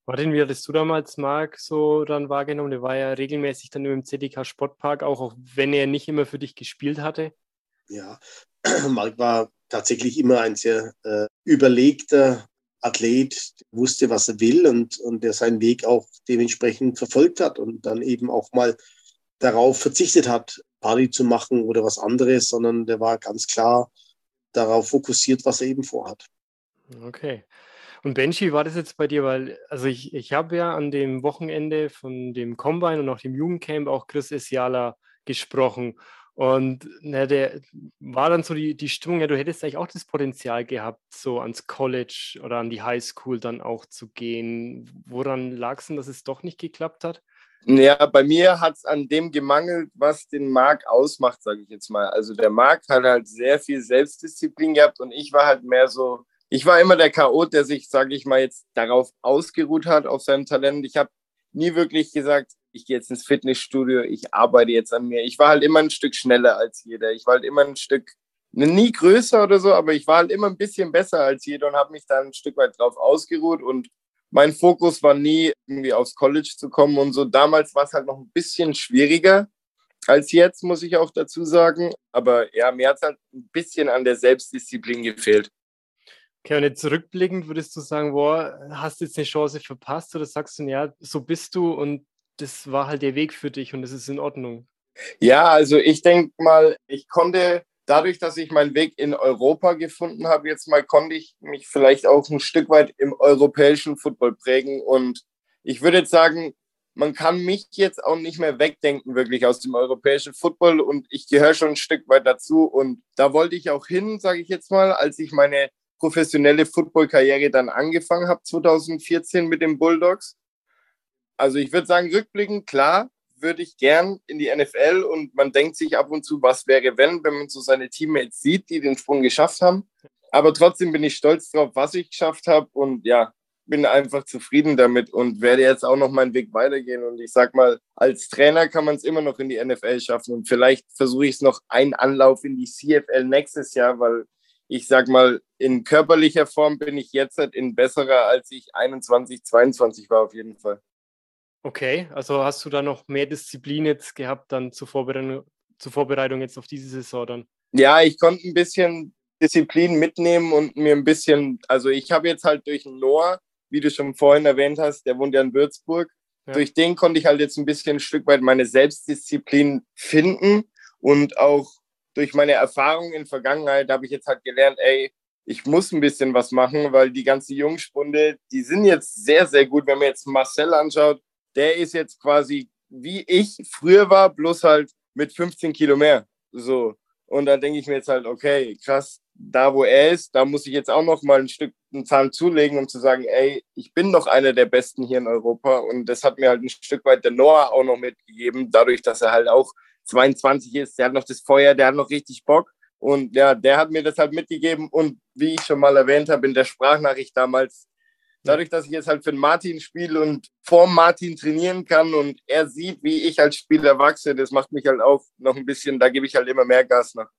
Martin, wie hattest du damals Marc so dann wahrgenommen? Der war ja regelmäßig dann im CDK Sportpark, auch wenn er nicht immer für dich gespielt hatte. Ja, Marc war tatsächlich immer ein sehr überlegter Athlet, der wusste, was er will und der seinen Weg auch dementsprechend verfolgt hat und dann eben auch mal darauf verzichtet hat, Party zu machen oder was anderes, sondern der war ganz klar darauf fokussiert, was er eben vorhat. Okay. Und Benji, war das jetzt bei dir, weil, also ich habe ja an dem Wochenende von dem Combine und auch dem Jugendcamp auch Chris Esiala gesprochen. Und der war dann so die Stimmung, ja, du hättest eigentlich auch das Potenzial gehabt, so ans College oder an die Highschool dann auch zu gehen. Woran lag es denn, dass es doch nicht geklappt hat? Ja, bei mir hat es an dem gemangelt, was den Marc ausmacht, sage ich jetzt mal. Also der Marc hat halt sehr viel Selbstdisziplin gehabt und ich war halt mehr so, ich war immer der Chaot, der sich, sage ich mal, jetzt darauf ausgeruht hat, auf seinem Talent. Ich habe nie wirklich gesagt, ich gehe jetzt ins Fitnessstudio, ich arbeite jetzt an mir. Ich war halt immer ein Stück schneller als jeder. Ich war halt immer ein Stück, nie größer oder so, aber ich war halt immer ein bisschen besser als jeder und habe mich dann ein Stück weit drauf ausgeruht und mein Fokus war nie, irgendwie aufs College zu kommen und so. Damals war es halt noch ein bisschen schwieriger als jetzt, muss ich auch dazu sagen. Aber ja, mir hat es halt ein bisschen an der Selbstdisziplin gefehlt. Okay, und jetzt zurückblickend würdest du sagen, boah, hast du jetzt eine Chance verpasst oder sagst du, ja, so bist du und das war halt der Weg für dich und das ist in Ordnung? Ja, also ich denke mal, ich konnte dadurch, dass ich meinen Weg in Europa gefunden habe, jetzt mal konnte ich mich vielleicht auch ein Stück weit im europäischen Football prägen. Und ich würde jetzt sagen, man kann mich jetzt auch nicht mehr wegdenken, wirklich aus dem europäischen Football. Und ich gehöre schon ein Stück weit dazu. Und da wollte ich auch hin, sage ich jetzt mal, als ich meine professionelle Football-Karriere dann angefangen habe, 2014 mit den Bulldogs. Also ich würde sagen, rückblickend, klar, würde ich gern in die NFL und man denkt sich ab und zu, was wäre, wenn man so seine Teammates sieht, die den Sprung geschafft haben. Aber trotzdem bin ich stolz drauf, was ich geschafft habe und ja, bin einfach zufrieden damit und werde jetzt auch noch meinen Weg weitergehen. Und ich sag mal, als Trainer kann man es immer noch in die NFL schaffen und vielleicht versuche ich es noch einen Anlauf in die CFL nächstes Jahr, weil ich sag mal, in körperlicher Form bin ich jetzt halt in besserer, als ich 21, 22 war auf jeden Fall. Okay, also hast du da noch mehr Disziplin jetzt gehabt dann zur Vorbereitung jetzt auf diese Saison dann? Ja, ich konnte ein bisschen Disziplin mitnehmen und mir ein bisschen, also ich habe jetzt halt durch den Noah, wie du schon vorhin erwähnt hast, der wohnt ja in Würzburg, Ja. durch den konnte ich halt jetzt ein bisschen ein Stück weit meine Selbstdisziplin finden und auch durch meine Erfahrungen in der Vergangenheit habe ich jetzt halt gelernt, ey, ich muss ein bisschen was machen, weil die ganze Jungspunde, die sind jetzt sehr, sehr gut. Wenn man jetzt Marcel anschaut, der ist jetzt quasi wie ich früher war, bloß halt mit 15 Kilo mehr. So. Und dann denke ich mir jetzt halt, okay, krass, da wo er ist, da muss ich jetzt auch noch mal ein Stück einen Zahn zulegen, um zu sagen, ey, ich bin noch einer der Besten hier in Europa. Und das hat mir halt ein Stück weit der Noah auch noch mitgegeben, dadurch, dass er halt auch 22 ist, der hat noch das Feuer, der hat noch richtig Bock. Und ja, der hat mir das halt mitgegeben. Und wie ich schon mal erwähnt habe in der Sprachnachricht damals, dadurch, dass ich jetzt halt für den Martin spiele und vor Martin trainieren kann und er sieht, wie ich als Spieler wachse, das macht mich halt auch noch ein bisschen, da gebe ich halt immer mehr Gas nach.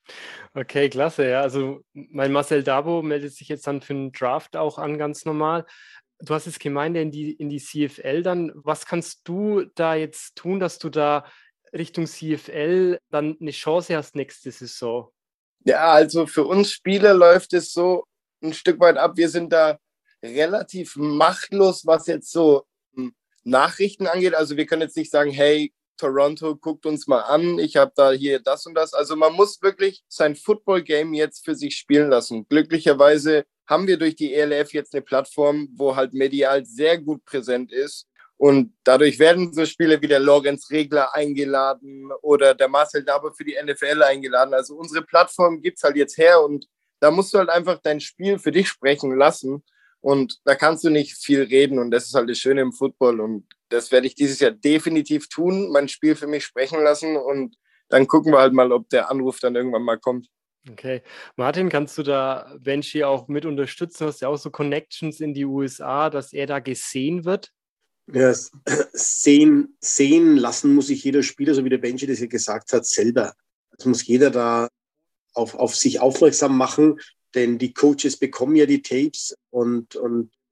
Okay, klasse. Ja, also mein Marcel Dabo meldet sich jetzt dann für einen Draft auch an, ganz normal. Du hast jetzt gemeint, in die CFL dann. Was kannst du da jetzt tun, dass du da Richtung CFL dann eine Chance hast nächste Saison? Ja, also für uns Spieler läuft es so ein Stück weit ab. Wir sind da relativ machtlos, was jetzt so Nachrichten angeht. Also wir können jetzt nicht sagen, hey, Toronto, guckt uns mal an, ich habe da hier das und das. Also man muss wirklich sein Football-Game jetzt für sich spielen lassen. Glücklicherweise haben wir durch die ELF jetzt eine Plattform, wo halt medial sehr gut präsent ist. Und dadurch werden so Spieler wie der Lorenz Regler eingeladen oder der Marcel Daber für die NFL eingeladen. Also unsere Plattform gibt es halt jetzt her und da musst du halt einfach dein Spiel für dich sprechen lassen. Und da kannst du nicht viel reden und das ist halt das Schöne im Football und das werde ich dieses Jahr definitiv tun, mein Spiel für mich sprechen lassen und dann gucken wir halt mal, ob der Anruf dann irgendwann mal kommt. Okay. Martin, kannst du da Benji auch mit unterstützen? Du hast ja auch so Connections in die USA, dass er da gesehen wird? Ja, sehen lassen muss sich jeder Spieler, so wie der Benji das ja gesagt hat, selber. Das muss jeder da auf sich aufmerksam machen, denn die Coaches bekommen ja die Tapes und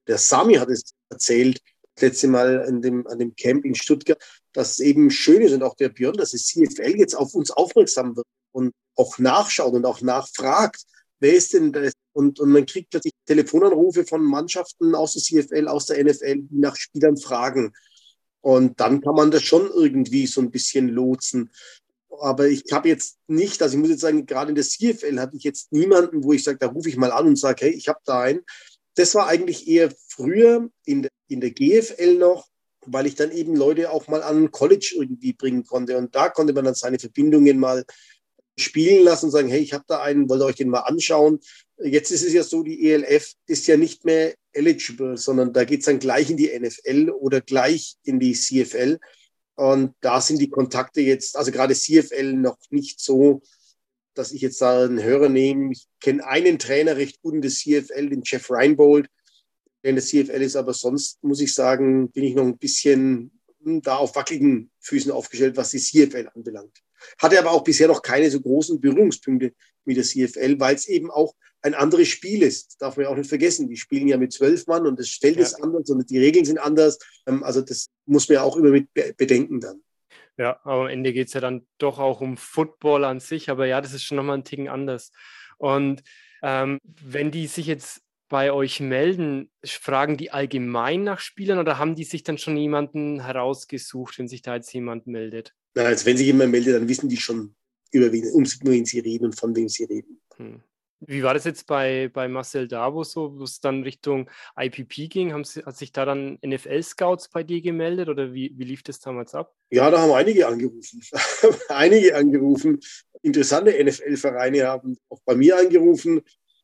Der Sami hat es erzählt, das letzte Mal an dem Camp in Stuttgart, dass es eben schön ist und auch der Björn, dass das CFL jetzt auf uns aufmerksam wird und auch nachschaut und auch nachfragt, wer ist denn das? Und man kriegt plötzlich Telefonanrufe von Mannschaften aus der CFL, aus der NFL, die nach Spielern fragen. Und dann kann man das schon irgendwie so ein bisschen lotsen. Aber ich habe jetzt nicht, also ich muss jetzt sagen, gerade in der CFL hatte ich jetzt niemanden, wo ich sage, da rufe ich mal an und sage, hey, ich habe da einen. Das war eigentlich eher früher in der GFL noch, weil ich dann eben Leute auch mal an ein College irgendwie bringen konnte. Und da konnte man dann seine Verbindungen mal spielen lassen und sagen, hey, ich habe da einen, wollt ihr euch den mal anschauen? Jetzt ist es ja so, die ELF ist ja nicht mehr eligible, sondern da geht es dann gleich in die NFL oder gleich in die CFL. Und da sind die Kontakte jetzt, also gerade CFL, noch nicht so, dass ich jetzt da einen Hörer nehme. Ich kenne einen Trainer recht gut in der CFL, den Jeff Reinbold, der in der CFL ist, aber sonst muss ich sagen, bin ich noch ein bisschen da auf wackeligen Füßen aufgestellt, was die CFL anbelangt. Hatte aber auch bisher noch keine so großen Berührungspunkte mit der CFL, weil es eben auch ein anderes Spiel ist. Darf man ja auch nicht vergessen. Die spielen ja mit 12 Mann und das Feld ist anders und die Regeln sind anders. Also das muss man ja auch immer mit bedenken dann. Ja, aber am Ende geht es ja dann doch auch um Football an sich. Aber ja, das ist schon nochmal ein Ticken anders. Und wenn die sich jetzt bei euch melden, fragen die allgemein nach Spielern oder haben die sich dann schon jemanden herausgesucht, wenn sich da jetzt jemand meldet? Na, also wenn sich jemand meldet, dann wissen die schon, über wen sie reden und von wem sie reden. Wie war das jetzt bei Marcel Dabo so, wo es dann Richtung IPP ging? Hat sich da dann NFL-Scouts bei dir gemeldet oder wie lief das damals ab? Ja, da haben einige angerufen. Einige angerufen. Interessante NFL-Vereine haben auch bei mir angerufen.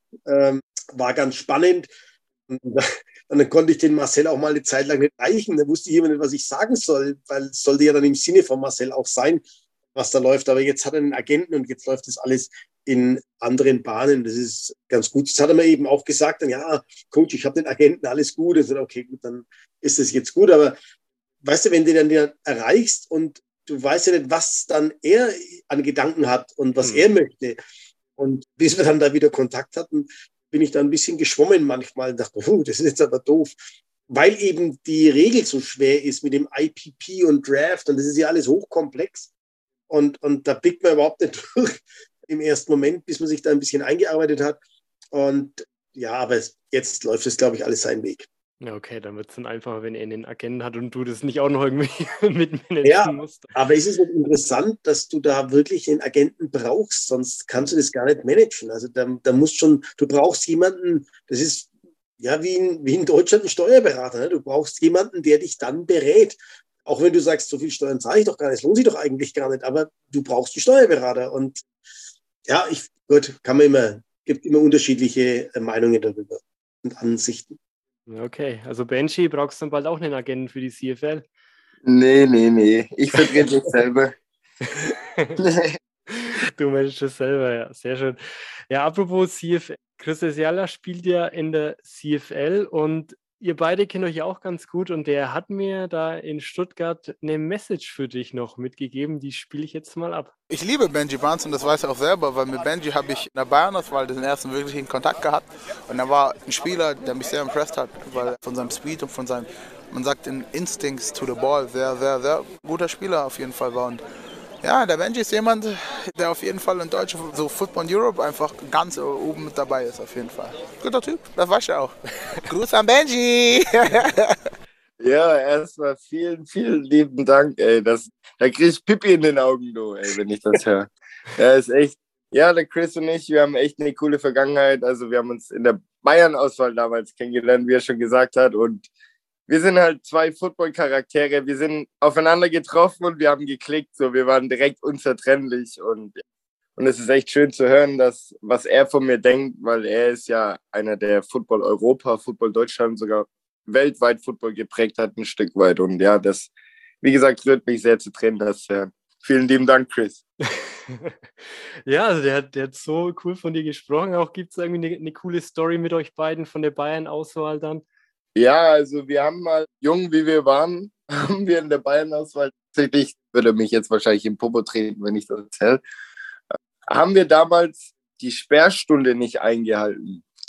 War ganz spannend. Und dann konnte ich den Marcel auch mal eine Zeit lang nicht erreichen. Da wusste ich immer nicht, was ich sagen soll, weil es sollte ja dann im Sinne von Marcel auch sein, was da läuft. Aber jetzt hat er einen Agenten und jetzt läuft das alles in anderen Bahnen. Das ist ganz gut. Das hat er mir eben auch gesagt. Dann, ja, Coach, ich habe den Agenten, alles gut. Und so, okay, gut, dann ist es jetzt gut. Aber weißt du, wenn du dann erreichst und du weißt ja nicht, was dann er an Gedanken hat und was er möchte. Und bis wir dann da wieder Kontakt hatten, bin ich da ein bisschen geschwommen manchmal und dachte, das ist jetzt aber doof. Weil eben die Regel so schwer ist mit dem IPP und Draft und das ist ja alles hochkomplex. Und da blickt man überhaupt nicht durch im ersten Moment, bis man sich da ein bisschen eingearbeitet hat. Und ja, aber jetzt läuft es, glaube ich, alles seinen Weg. Ja, okay, dann wird es dann einfacher, wenn er einen Agenten hat und du das nicht auch noch irgendwie mitmanagen musst. Aber ist es nicht interessant, dass du da wirklich einen Agenten brauchst, sonst kannst du das gar nicht managen. Also da musst schon, du brauchst jemanden, das ist ja wie in Deutschland ein Steuerberater. Ne? Du brauchst jemanden, der dich dann berät. Auch wenn du sagst, so viel Steuern zahle ich doch gar nicht, das lohnt sich doch eigentlich gar nicht, aber du brauchst einen Steuerberater. Und ja, gibt immer unterschiedliche Meinungen darüber und Ansichten. Okay, also Benji, brauchst du dann bald auch einen Agenten für die CFL? Nee. Ich vertrete mich selber. Du managst es selber, ja, sehr schön. Ja, apropos CFL, Chris Esiala spielt ja in der CFL und ihr beide kennt euch ja auch ganz gut und der hat mir da in Stuttgart eine Message für dich noch mitgegeben, die spiele ich jetzt mal ab. Ich liebe Benji Barnes und das weiß er auch selber, weil mit Benji habe ich in der Bayernauswahl den ersten wirklichen Kontakt gehabt und er war ein Spieler, der mich sehr impressed hat, weil von seinem Speed und von seinem, man sagt, in Instincts to the ball, sehr, sehr, sehr guter Spieler auf jeden Fall war. Und ja, der Benji ist jemand, der auf jeden Fall in Deutschland, so Football Europe, einfach ganz oben mit dabei ist, auf jeden Fall. Guter Typ, das weiß ich auch. Gruß an Benji! Ja, erstmal vielen lieben Dank, ey. Da krieg ich Pipi in den Augen, du, ey, wenn ich das höre. Ja, ist echt. Ja, der Chris und ich, wir haben echt eine coole Vergangenheit. Also wir haben uns in der Bayern-Auswahl damals kennengelernt, wie er schon gesagt hat. Und wir sind halt zwei Football-Charaktere. Wir sind aufeinander getroffen und wir haben geklickt. So, wir waren direkt unzertrennlich. Und es ist echt schön zu hören, was er von mir denkt, weil er ist ja einer, der Football Europa, Football Deutschland, sogar weltweit Football geprägt hat, ein Stück weit. Und ja, das, wie gesagt, rührt mich sehr zu Tränen, das zu hören. Vielen lieben Dank, Chris. Ja, also der hat so cool von dir gesprochen. Auch gibt es irgendwie eine coole Story mit euch beiden von der Bayern-Auswahl dann? Ja, also wir haben mal, jung wie wir waren, haben wir in der Bayern-Auswahl tatsächlich, würde mich jetzt wahrscheinlich im Popo treten, wenn ich das erzähle, haben wir damals die Sperrstunde nicht eingehalten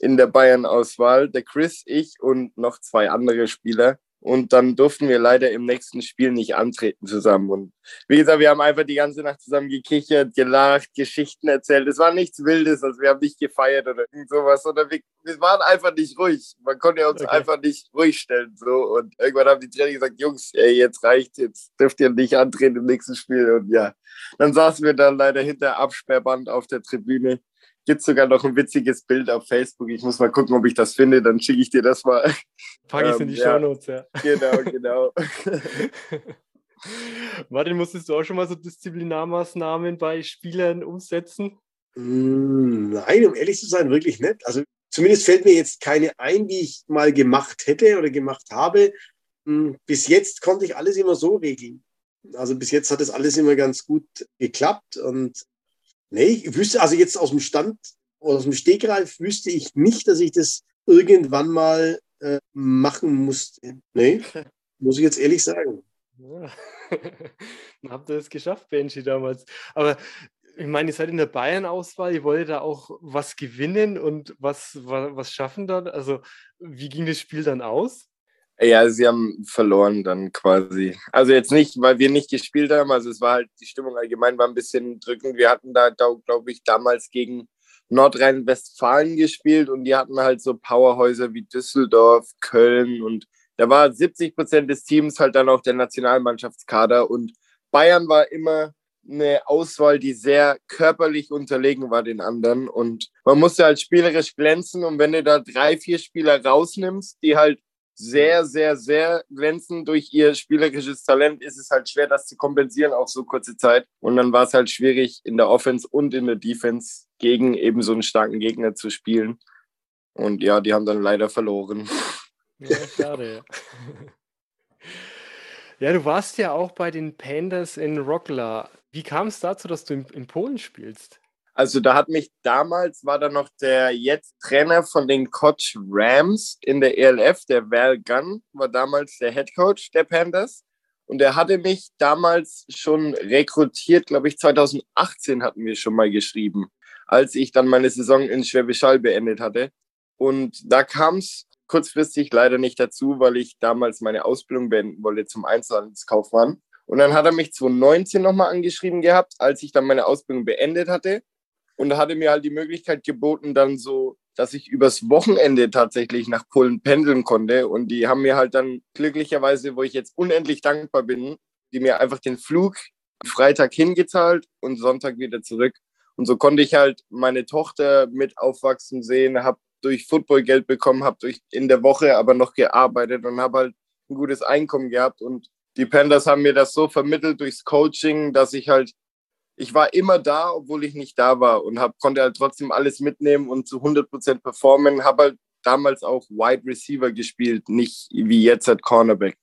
in der Bayern-Auswahl, der Chris, ich und noch 2 andere Spieler. Und dann durften wir leider im nächsten Spiel nicht antreten zusammen. Und wie gesagt, wir haben einfach die ganze Nacht zusammen gekichert, gelacht, Geschichten erzählt. Es war nichts Wildes, also wir haben nicht gefeiert oder irgend sowas, sondern wir waren einfach nicht ruhig. Man konnte uns einfach nicht ruhig stellen. So. Und irgendwann haben die Trainer gesagt, Jungs, ey, jetzt reicht, jetzt dürft ihr nicht antreten im nächsten Spiel. Und ja, dann saßen wir dann leider hinter Absperrband auf der Tribüne. Gibt sogar noch ein witziges Bild auf Facebook. Ich muss mal gucken, ob ich das finde. Dann schicke ich dir das mal. Packe ich es in die Shownotes, ja. Genau. Martin, musstest du auch schon mal so Disziplinarmaßnahmen bei Spielern umsetzen? Nein, um ehrlich zu sein, wirklich nicht. Also zumindest fällt mir jetzt keine ein, die ich mal gemacht hätte oder gemacht habe. Bis jetzt konnte ich alles immer so regeln. Also bis jetzt hat es alles immer ganz gut geklappt. Und nee, ich wüsste, also jetzt aus dem Stand oder aus dem Stegreif wüsste ich nicht, dass ich das irgendwann mal machen musste. Nee, muss ich jetzt ehrlich sagen. Ja. Dann habt ihr es geschafft, Benji, damals. Aber ich meine, ihr seid in der Bayern-Auswahl, ihr wollt da auch was gewinnen und was schaffen dann? Also, wie ging das Spiel dann aus? Ja, sie haben verloren dann quasi. Also jetzt nicht, weil wir nicht gespielt haben, also es war halt, die Stimmung allgemein war ein bisschen drückend. Wir hatten da, glaube ich, damals gegen Nordrhein-Westfalen gespielt und die hatten halt so Powerhäuser wie Düsseldorf, Köln und da war 70% des Teams halt dann auch der Nationalmannschaftskader und Bayern war immer eine Auswahl, die sehr körperlich unterlegen war den anderen und man musste halt spielerisch glänzen und wenn du da 3, 4 Spieler rausnimmst, die halt sehr, sehr, sehr glänzen durch ihr spielerisches Talent, ist es halt schwer, das zu kompensieren auf so kurze Zeit. Und dann war es halt schwierig, in der Offense und in der Defense gegen eben so einen starken Gegner zu spielen. Und ja, die haben dann leider verloren. Ja, schade. Ja, du warst ja auch bei den Panthers in Rockla. Wie kam es dazu, dass du in Polen spielst? Also da hat mich damals, war da noch der jetzt Trainer von den Koch Rams in der ELF, der Val Gunn, war damals der Head Coach der Panthers. Und er hatte mich damals schon rekrutiert, glaube ich, 2018 hatten wir schon mal geschrieben, als ich dann meine Saison in Schwäbisch Hall beendet hatte. Und da kam es kurzfristig leider nicht dazu, weil ich damals meine Ausbildung beenden wollte zum Einzelhandelskaufmann. Und dann hat er mich 2019 nochmal angeschrieben gehabt, als ich dann meine Ausbildung beendet hatte. Und da hatte mir halt die Möglichkeit geboten, dann so, dass ich übers Wochenende tatsächlich nach Polen pendeln konnte. Und die haben mir halt dann glücklicherweise, wo ich jetzt unendlich dankbar bin, die mir einfach den Flug Freitag hingezahlt und Sonntag wieder zurück. Und so konnte ich halt meine Tochter mit aufwachsen sehen, habe durch Football Geld bekommen, habe in der Woche aber noch gearbeitet und habe halt ein gutes Einkommen gehabt. Und die Panthers haben mir das so vermittelt durchs Coaching, dass ich war immer da, obwohl ich nicht da war und konnte halt trotzdem alles mitnehmen und zu 100% performen. Habe halt damals auch Wide Receiver gespielt, nicht wie jetzt at Cornerback.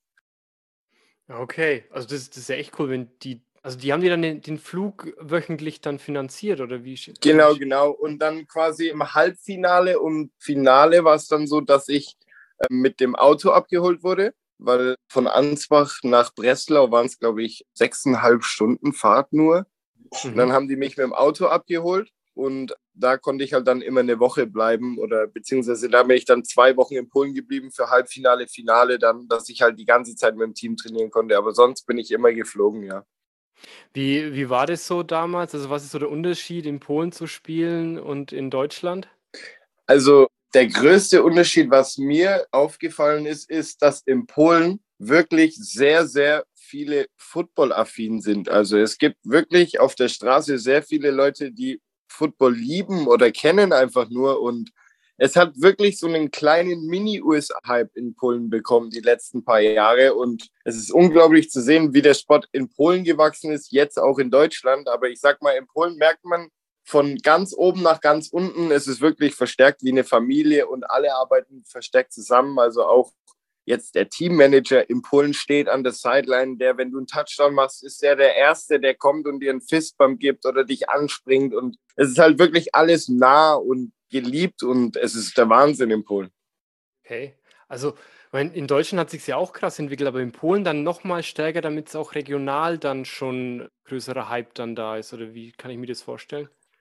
Okay, also das ist ja echt cool, wenn die haben die dann den Flug wöchentlich dann finanziert oder wie? Genau. Und dann quasi im Halbfinale und Finale war es dann so, dass ich mit dem Auto abgeholt wurde, weil von Ansbach nach Breslau waren es, glaube ich, 6,5 Stunden Fahrt nur. Und dann haben die mich mit dem Auto abgeholt und da konnte ich halt dann immer eine Woche bleiben oder beziehungsweise da bin ich dann 2 Wochen in Polen geblieben für Halbfinale, Finale dann, dass ich halt die ganze Zeit mit dem Team trainieren konnte, aber sonst bin ich immer geflogen, ja. Wie war das so damals? Also was ist so der Unterschied, in Polen zu spielen und in Deutschland? Also der größte Unterschied, was mir aufgefallen ist, dass in Polen wirklich sehr, sehr viele Football-affin sind. Also es gibt wirklich auf der Straße sehr viele Leute, die Football lieben oder kennen einfach nur. Und es hat wirklich so einen kleinen Mini-US-Hype in Polen bekommen die letzten paar Jahre. Und es ist unglaublich zu sehen, wie der Sport in Polen gewachsen ist, jetzt auch in Deutschland. Aber ich sag mal, in Polen merkt man von ganz oben nach ganz unten, es ist wirklich verstärkt wie eine Familie und alle arbeiten verstärkt zusammen. Also auch jetzt der Teammanager in Polen steht an der Sideline, der, wenn du einen Touchdown machst, ist der Erste, der kommt und dir einen Fistbump gibt oder dich anspringt. Und es ist halt wirklich alles nah und geliebt und es ist der Wahnsinn in Polen. Okay, also in Deutschland hat sich ja auch krass entwickelt, aber in Polen dann nochmal stärker, damit es auch regional dann schon größerer Hype dann da ist. Oder wie kann ich mir das vorstellen?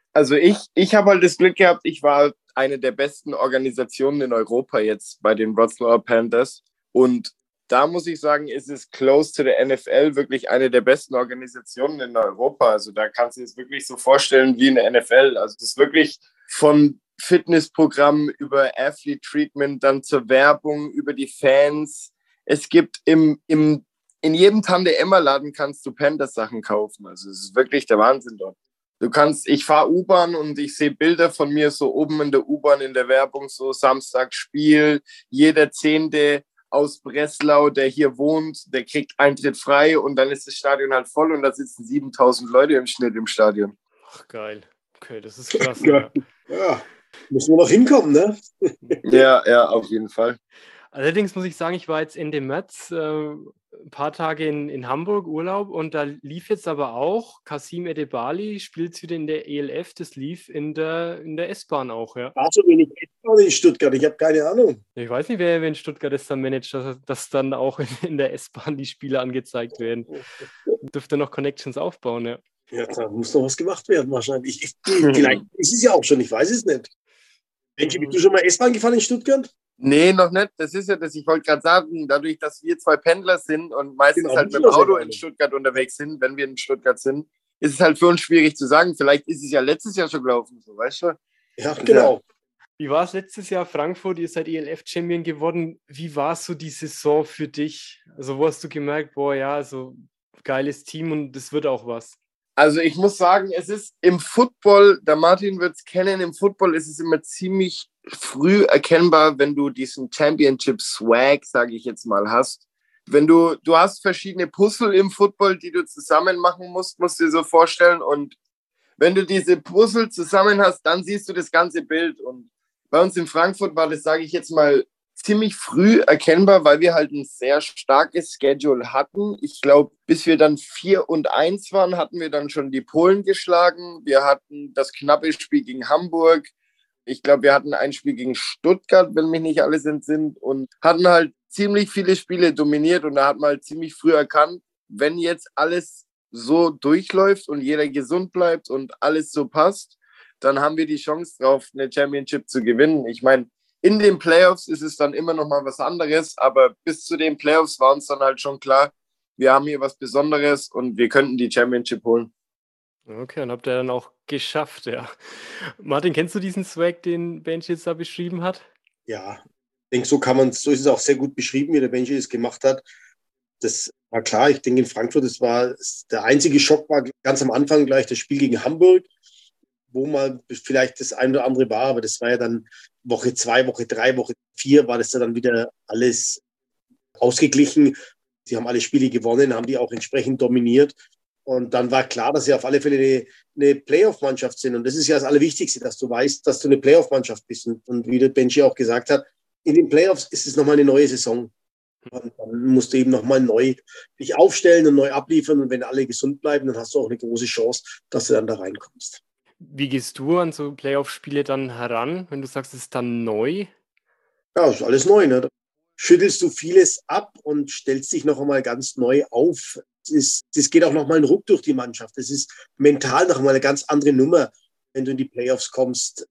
Also ich habe halt das Glück gehabt, ich war eine der besten Organisationen in Europa jetzt bei den Wroclaw Panthers. Und da muss ich sagen, ist es close to the NFL wirklich eine der besten Organisationen in Europa. Also da kannst du es wirklich so vorstellen wie in der NFL. Also es ist wirklich von Fitnessprogramm über Athlete Treatment, dann zur Werbung, über die Fans. Es gibt in jedem Tante-Emma-Laden kannst du Panthers-Sachen kaufen. Also es ist wirklich der Wahnsinn dort. Ich fahre U-Bahn und ich sehe Bilder von mir so oben in der U-Bahn in der Werbung, so Samstag Spiel, jeder Zehnte aus Breslau, der hier wohnt, der kriegt Eintritt frei und dann ist das Stadion halt voll und da sitzen 7.000 Leute im Schnitt im Stadion. Ach, geil. Okay, das ist klasse. Ja, müssen wir noch hinkommen, ne? Ja, auf jeden Fall. Allerdings muss ich sagen, ich war jetzt Ende März ein paar Tage in Hamburg Urlaub und da lief jetzt aber auch Kassim Edebali, spielt wieder in der ELF, das lief in der S-Bahn auch, ja. War so wenig S-Bahn in Stuttgart, ich habe keine Ahnung. Ich weiß nicht, wer in Stuttgart das dann managt, dass dann auch in der S-Bahn die Spiele angezeigt werden. Dürfte noch Connections aufbauen, ja. Ja, da muss noch was gemacht werden wahrscheinlich. Vielleicht ist es ja auch schon, ich weiß es nicht. Benji, bist du schon mal S-Bahn gefahren in Stuttgart? Nee, noch nicht. Das ist ja das. Ich wollte gerade sagen, dadurch, dass wir zwei Pendler sind und meistens Genau, halt mit dem Auto in Stuttgart unterwegs sind, wenn wir in Stuttgart sind, ist es halt für uns schwierig zu sagen. Vielleicht ist es ja letztes Jahr schon gelaufen, so, weißt du? Ja, genau. Wie war es letztes Jahr, Frankfurt? Ihr seid ELF-Champion geworden. Wie war so die Saison für dich? Also, wo hast du gemerkt, boah, ja, so geiles Team und das wird auch was? Also ich muss sagen, es ist im Football, der Martin wird es kennen, im Football ist es immer ziemlich früh erkennbar, wenn du diesen Championship-Swag, sage ich jetzt mal, hast. Wenn du hast verschiedene Puzzle im Football, die du zusammen machen musst du dir so vorstellen. Und wenn du diese Puzzle zusammen hast, dann siehst du das ganze Bild. Und bei uns in Frankfurt war das, sage ich jetzt mal, ziemlich früh erkennbar, weil wir halt ein sehr starkes Schedule hatten. Ich glaube, bis wir dann 4-1 waren, hatten wir dann schon die Polen geschlagen. Wir hatten das knappe Spiel gegen Hamburg. Ich glaube, wir hatten ein Spiel gegen Stuttgart, wenn mich nicht alles entzündet, und hatten halt ziemlich viele Spiele dominiert. Und da hat man halt ziemlich früh erkannt, wenn jetzt alles so durchläuft und jeder gesund bleibt und alles so passt, dann haben wir die Chance drauf, eine Championship zu gewinnen. Ich meine, in den Playoffs ist es dann immer noch mal was anderes, aber bis zu den Playoffs war uns dann halt schon klar, wir haben hier was Besonderes und wir könnten die Championship holen. Okay, und habt ihr dann auch geschafft, ja. Martin, kennst du diesen Swag, den Benji jetzt da beschrieben hat? Ja, ich denke, so ist es auch sehr gut beschrieben, wie der Benji es gemacht hat. Das war klar, ich denke in Frankfurt, der einzige Schock war ganz am Anfang gleich das Spiel gegen Hamburg, wo mal vielleicht das ein oder andere war, aber das war ja dann Woche 2, Woche 3, Woche 4 war das ja dann wieder alles ausgeglichen. Sie haben alle Spiele gewonnen, haben die auch entsprechend dominiert. Und dann war klar, dass sie auf alle Fälle eine Playoff-Mannschaft sind. Und das ist ja das Allerwichtigste, dass du weißt, dass du eine Playoff-Mannschaft bist. Und wie der Benji auch gesagt hat, in den Playoffs ist es nochmal eine neue Saison. Und dann musst du eben nochmal neu dich aufstellen und neu abliefern. Und wenn alle gesund bleiben, dann hast du auch eine große Chance, dass du dann da reinkommst. Wie gehst du an so Playoff-Spiele dann heran, wenn du sagst, es ist dann neu? Ja, das ist alles neu. Ne? Da schüttelst du vieles ab und stellst dich noch einmal ganz neu auf. Es geht auch noch mal ein Ruck durch die Mannschaft. Es ist mental noch mal eine ganz andere Nummer, wenn du in die Playoffs kommst.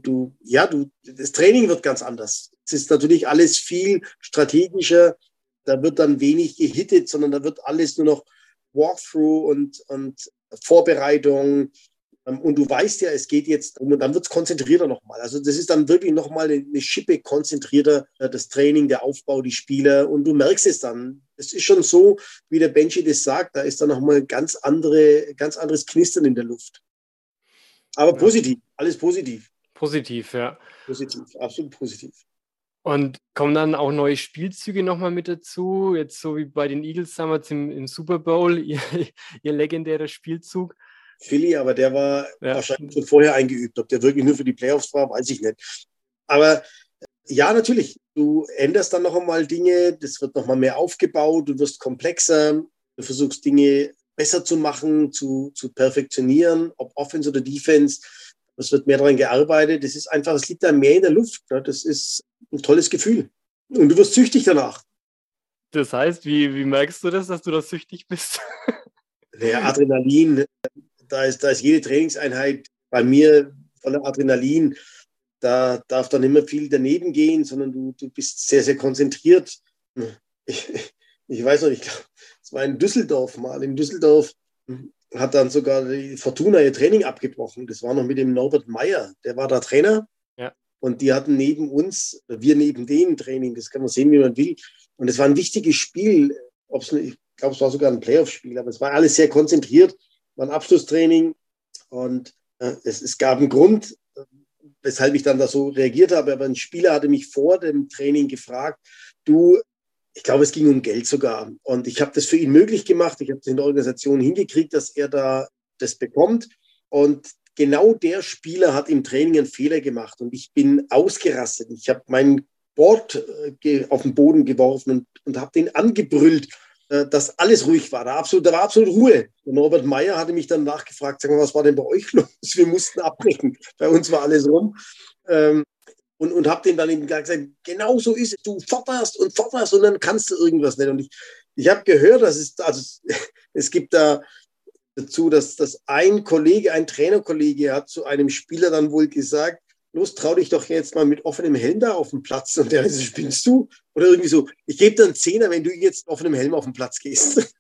Das Training wird ganz anders. Es ist natürlich alles viel strategischer. Da wird dann wenig gehittet, sondern da wird alles nur noch Walkthrough und Vorbereitung. Und du weißt ja, es geht jetzt um, und dann wird es konzentrierter nochmal. Also das ist dann wirklich nochmal eine Schippe konzentrierter, das Training, der Aufbau, die Spieler. Und du merkst es dann. Es ist schon so, wie der Benji das sagt, da ist dann nochmal ganz anderes Knistern in der Luft. Aber positiv, alles positiv. Positiv, ja. Positiv, absolut positiv. Und kommen dann auch neue Spielzüge nochmal mit dazu? Jetzt so wie bei den Eagles damals im Super Bowl, ihr legendärer Spielzug. Philly, aber der war wahrscheinlich schon vorher eingeübt. Ob der wirklich nur für die Playoffs war, weiß ich nicht. Aber ja, natürlich, du änderst dann noch einmal Dinge, das wird noch mal mehr aufgebaut, du wirst komplexer, du versuchst Dinge besser zu machen, zu perfektionieren, ob Offense oder Defense. Es wird mehr daran gearbeitet. Es liegt da mehr in der Luft. Ne? Das ist ein tolles Gefühl. Und du wirst süchtig danach. Das heißt, wie merkst du das, dass du da süchtig bist? Der Adrenalin, da ist jede Trainingseinheit bei mir voller Adrenalin. Da darf dann immer viel daneben gehen, sondern du bist sehr, sehr konzentriert. Ich, ich weiß noch nicht, es war in Düsseldorf mal. In Düsseldorf hat dann sogar die Fortuna ihr Training abgebrochen. Das war noch mit dem Norbert Meyer, der war da Trainer. Ja. Und die hatten neben uns, wir neben denen Training, das kann man sehen, wie man will. Und es war ein wichtiges Spiel. Ich glaube, es war sogar ein Playoff-Spiel, aber es war alles sehr konzentriert, war ein Abschlusstraining. Und es gab einen Grund, weshalb ich dann da so reagiert habe. Aber ein Spieler hatte mich vor dem Training gefragt, ich glaube, es ging um Geld sogar. Und ich habe das für ihn möglich gemacht. Ich habe es in der Organisation hingekriegt, dass er da das bekommt. Und genau der Spieler hat im Training einen Fehler gemacht. Und ich bin ausgerastet. Ich habe mein Board auf den Boden geworfen und habe den angebrüllt, dass alles ruhig war. Da war absolut Ruhe. Der Norbert Meyer hatte mich dann nachgefragt, sag mal, was war denn bei euch los? Wir mussten abbrechen. Bei uns war alles rum. Und habe den dann eben gesagt, genau so ist es. Du forderst und dann kannst du irgendwas nicht. Und ich habe gehört, es gibt da dazu, dass ein Trainerkollege hat zu einem Spieler dann wohl gesagt, los, trau dich doch jetzt mal mit offenem Helm da auf den Platz. Und der so, spinnst du? Oder irgendwie so, ich gebe dir einen Zehner, wenn du jetzt mit offenem Helm auf den Platz gehst.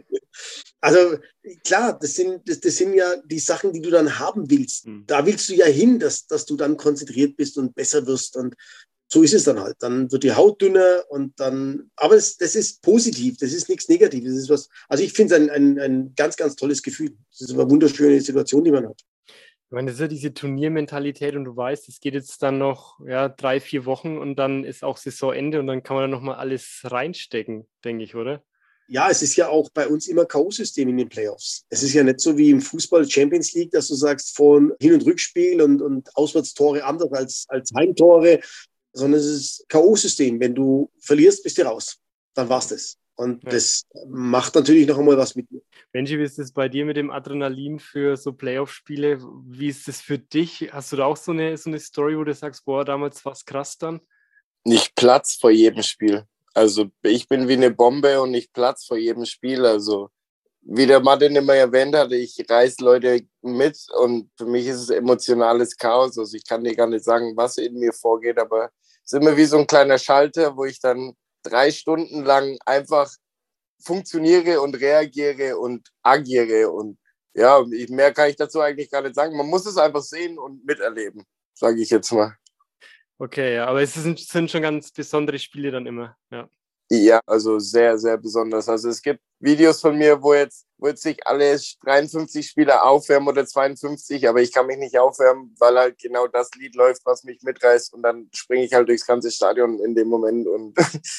Also klar, das sind ja die Sachen, die du dann haben willst. Da willst du ja hin, dass du dann konzentriert bist und besser wirst. Und so ist es dann halt. Dann wird die Haut dünner und dann, aber das ist positiv, das ist nichts Negatives. Das ist was, also ich finde es ein ganz, ganz tolles Gefühl. Das ist eine wunderschöne Situation, die man hat. Ich meine, das ist ja diese Turniermentalität und du weißt, es geht jetzt dann noch 3-4 Wochen und dann ist auch Saisonende und dann kann man da nochmal alles reinstecken, denke ich, oder? Ja, es ist ja auch bei uns immer K.O.-System in den Playoffs. Es ist ja nicht so wie im Fußball Champions League, dass du sagst, von Hin- und Rückspiel und Auswärtstore anders als Heimtore, sondern es ist K.O.-System. Wenn du verlierst, bist du raus. Dann war's das. Und das macht natürlich noch einmal was mit dir. Benji, wie ist das bei dir mit dem Adrenalin für so Playoff-Spiele? Wie ist das für dich? Hast du da auch so eine Story, wo du sagst, boah, damals war es krass dann? Ich platz vor jedem Spiel. Also ich bin wie eine Bombe und ich platz vor jedem Spiel. Also wie der Martin immer erwähnt hatte, ich reiß Leute mit und für mich ist es emotionales Chaos. Also ich kann dir gar nicht sagen, was in mir vorgeht, aber es ist immer wie so ein kleiner Schalter, wo ich dann 3 Stunden lang einfach funktioniere und reagiere und agiere. Und ja, mehr kann ich dazu eigentlich gar nicht sagen. Man muss es einfach sehen und miterleben, sage ich jetzt mal. Okay, ja, aber es sind schon ganz besondere Spiele dann immer, ja. Ja, also sehr, sehr besonders. Also es gibt Videos von mir, wo jetzt sich alle 53 Spieler aufwärmen oder 52, aber ich kann mich nicht aufwärmen, weil halt genau das Lied läuft, was mich mitreißt und dann springe ich halt durchs ganze Stadion in dem Moment und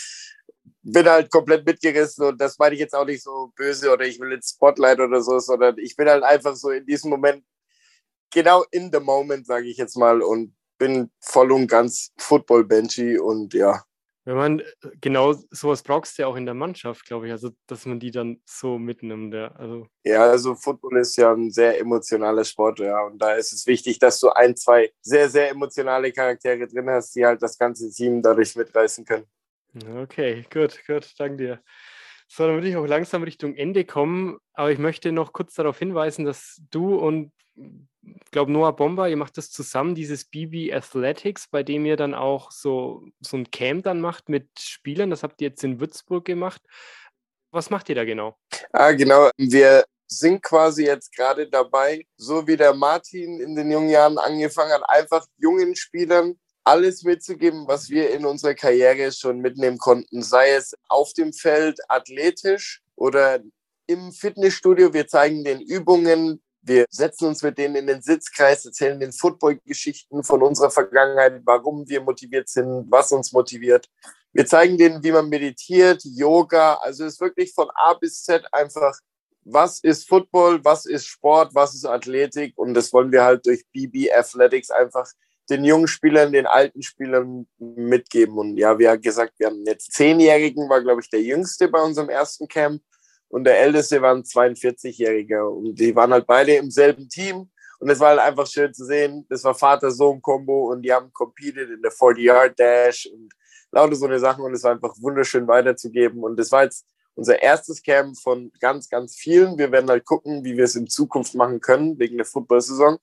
bin halt komplett mitgerissen und das meine ich jetzt auch nicht so böse oder ich will jetzt Spotlight oder so, sondern ich bin halt einfach so in diesem Moment genau in the moment, sage ich jetzt mal, und bin voll und ganz Football-Benchi und ja. Wenn man genau sowas brauchst du ja auch in der Mannschaft, glaube ich, also dass man die dann so mitnimmt. Ja, also Football ist ja ein sehr emotionaler Sport, ja, und da ist es wichtig, dass du 1, 2 sehr, sehr emotionale Charaktere drin hast, die halt das ganze Team dadurch mitreißen können. Okay, gut, danke dir. So, dann würde ich auch langsam Richtung Ende kommen, aber ich möchte noch kurz darauf hinweisen, dass du und ich glaube Noah Bomber, ihr macht das zusammen, dieses BB Athletics, bei dem ihr dann auch so ein Camp dann macht mit Spielern. Das habt ihr jetzt in Würzburg gemacht. Was macht ihr da genau? Genau. Wir sind quasi jetzt gerade dabei, so wie der Martin in den jungen Jahren angefangen hat, einfach jungen Spielern alles mitzugeben, was wir in unserer Karriere schon mitnehmen konnten. Sei es auf dem Feld athletisch oder im Fitnessstudio. Wir zeigen den Übungen. Wir setzen uns mit denen in den Sitzkreis, erzählen den Football-Geschichten von unserer Vergangenheit, warum wir motiviert sind, was uns motiviert. Wir zeigen denen, wie man meditiert, Yoga. Also es ist wirklich von A bis Z einfach, was ist Football, was ist Sport, was ist Athletik. Und das wollen wir halt durch BB Athletics einfach den jungen Spielern, den alten Spielern mitgeben. Und ja, wie gesagt, wir haben jetzt 10-Jährigen, war glaube ich der jüngste bei unserem ersten Camp. Und der Älteste war ein 42-Jähriger. Und die waren halt beide im selben Team. Und es war halt einfach schön zu sehen. Das war Vater-Sohn-Kombo und die haben competed in der 40-Yard-Dash und lauter so eine Sachen. Und es war einfach wunderschön weiterzugeben. Und das war jetzt unser erstes Camp von ganz, ganz vielen. Wir werden halt gucken, wie wir es in Zukunft machen können, wegen der Football-Saison.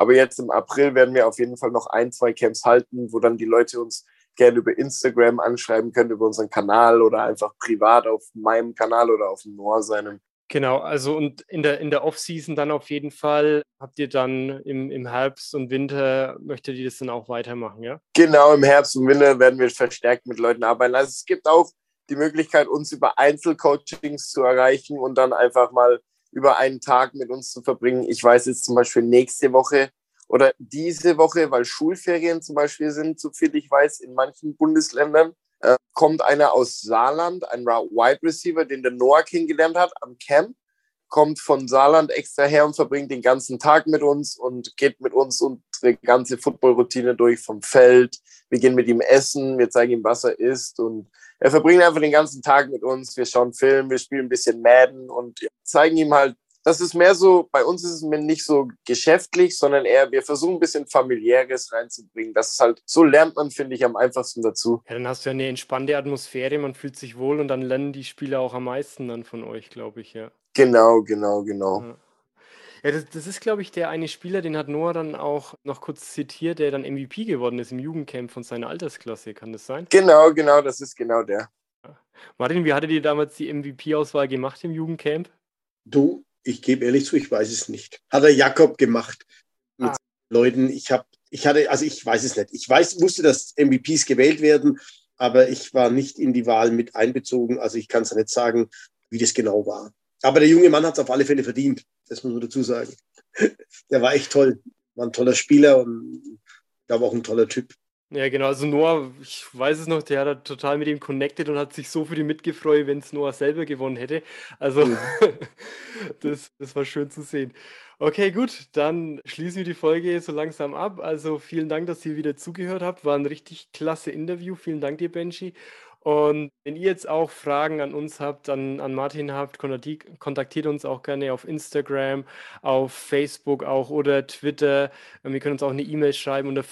Aber jetzt im April werden wir auf jeden Fall noch 1-2 Camps halten, wo dann die Leute uns gerne über Instagram anschreiben können, über unseren Kanal oder einfach privat auf meinem Kanal oder auf dem Noah seinem. Genau, also und in der Off-Season dann auf jeden Fall habt ihr dann im Herbst und Winter, möchtet ihr das dann auch weitermachen, ja? Genau, im Herbst und Winter werden wir verstärkt mit Leuten arbeiten. Also es gibt auch die Möglichkeit, uns über Einzelcoachings zu erreichen und dann einfach mal über einen Tag mit uns zu verbringen. Ich weiß jetzt zum Beispiel nächste Woche oder diese Woche, weil Schulferien zum Beispiel sind, soviel ich weiß, in manchen Bundesländern, kommt einer aus Saarland, ein Wide Receiver, den der Noah kennengelernt hat am Camp, kommt von Saarland extra her und verbringt den ganzen Tag mit uns und geht mit uns unsere ganze Football-Routine durch vom Feld. Wir gehen mit ihm essen, wir zeigen ihm, was er isst und er verbringt einfach den ganzen Tag mit uns. Wir schauen Film, wir spielen ein bisschen Madden und zeigen ihm halt, das ist mehr so, bei uns ist es nicht so geschäftlich, sondern eher, wir versuchen ein bisschen Familiäres reinzubringen. Das ist halt, so lernt man, finde ich, am einfachsten dazu. Ja, dann hast du ja eine entspannte Atmosphäre, man fühlt sich wohl und dann lernen die Spieler auch am meisten dann von euch, glaube ich, ja. Genau. Ja. Ja, das ist, glaube ich, der eine Spieler, den hat Noah dann auch noch kurz zitiert, der dann MVP geworden ist im Jugendcamp von seiner Altersklasse. Kann das sein? Genau, das ist genau der. Martin, wie hattet ihr damals die MVP-Auswahl gemacht im Jugendcamp? Du, ich gebe ehrlich zu, ich weiß es nicht. Hat der Jakob gemacht mit Leuten. Ich weiß es nicht. Ich wusste, dass MVPs gewählt werden, aber ich war nicht in die Wahl mit einbezogen. Also ich kann es nicht sagen, wie das genau war. Aber der junge Mann hat es auf alle Fälle verdient. Das muss man dazu sagen. Der war echt toll. War ein toller Spieler und ich glaube auch ein toller Typ. Ja, genau. Also Noah, ich weiß es noch, der hat total mit ihm connected und hat sich so für ihn mitgefreut, wenn es Noah selber gewonnen hätte. Also das war schön zu sehen. Okay, gut, dann schließen wir die Folge so langsam ab. Also vielen Dank, dass ihr wieder zugehört habt. War ein richtig klasse Interview. Vielen Dank dir, Benji. Und wenn ihr jetzt auch Fragen an uns habt, an Martin habt, kontaktiert uns auch gerne auf Instagram, auf Facebook auch oder Twitter. Wir können uns auch eine E-Mail schreiben unter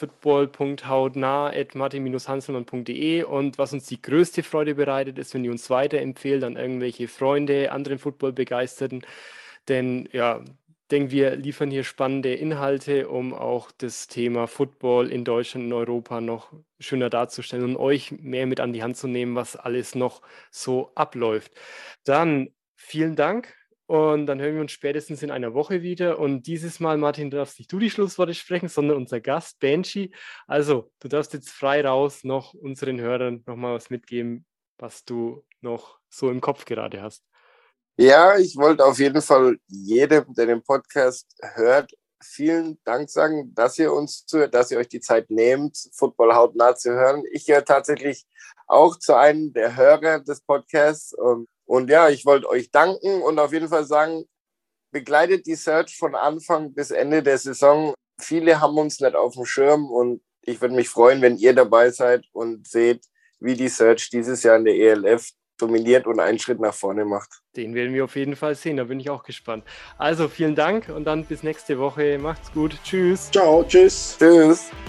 football.hautnah@martin-hanselmann.de. Und was uns die größte Freude bereitet, ist, wenn ihr uns weiterempfehlt an irgendwelche Freunde, anderen Football-Begeisterten. Denn ja, denke, wir liefern hier spannende Inhalte, um auch das Thema Football in Deutschland und Europa noch schöner darzustellen und euch mehr mit an die Hand zu nehmen, was alles noch so abläuft. Dann vielen Dank und dann hören wir uns spätestens in einer Woche wieder. Und dieses Mal, Martin, darfst nicht du die Schlussworte sprechen, sondern unser Gast, Benji. Also, du darfst jetzt frei raus noch unseren Hörern nochmal was mitgeben, was du noch so im Kopf gerade hast. Ja, ich wollte auf jeden Fall jedem, der den Podcast hört, vielen Dank sagen, dass ihr uns zuhört, dass ihr euch die Zeit nehmt, Football hautnah zu hören. Ich gehöre tatsächlich auch zu einem der Hörer des Podcasts. Und ja, ich wollte euch danken und auf jeden Fall sagen, begleitet die Search von Anfang bis Ende der Saison. Viele haben uns nicht auf dem Schirm und ich würde mich freuen, wenn ihr dabei seid und seht, wie die Search dieses Jahr in der ELF dominiert und einen Schritt nach vorne macht. Den werden wir auf jeden Fall sehen, da bin ich auch gespannt. Also vielen Dank und dann bis nächste Woche. Macht's gut. Tschüss. Ciao, tschüss. Tschüss.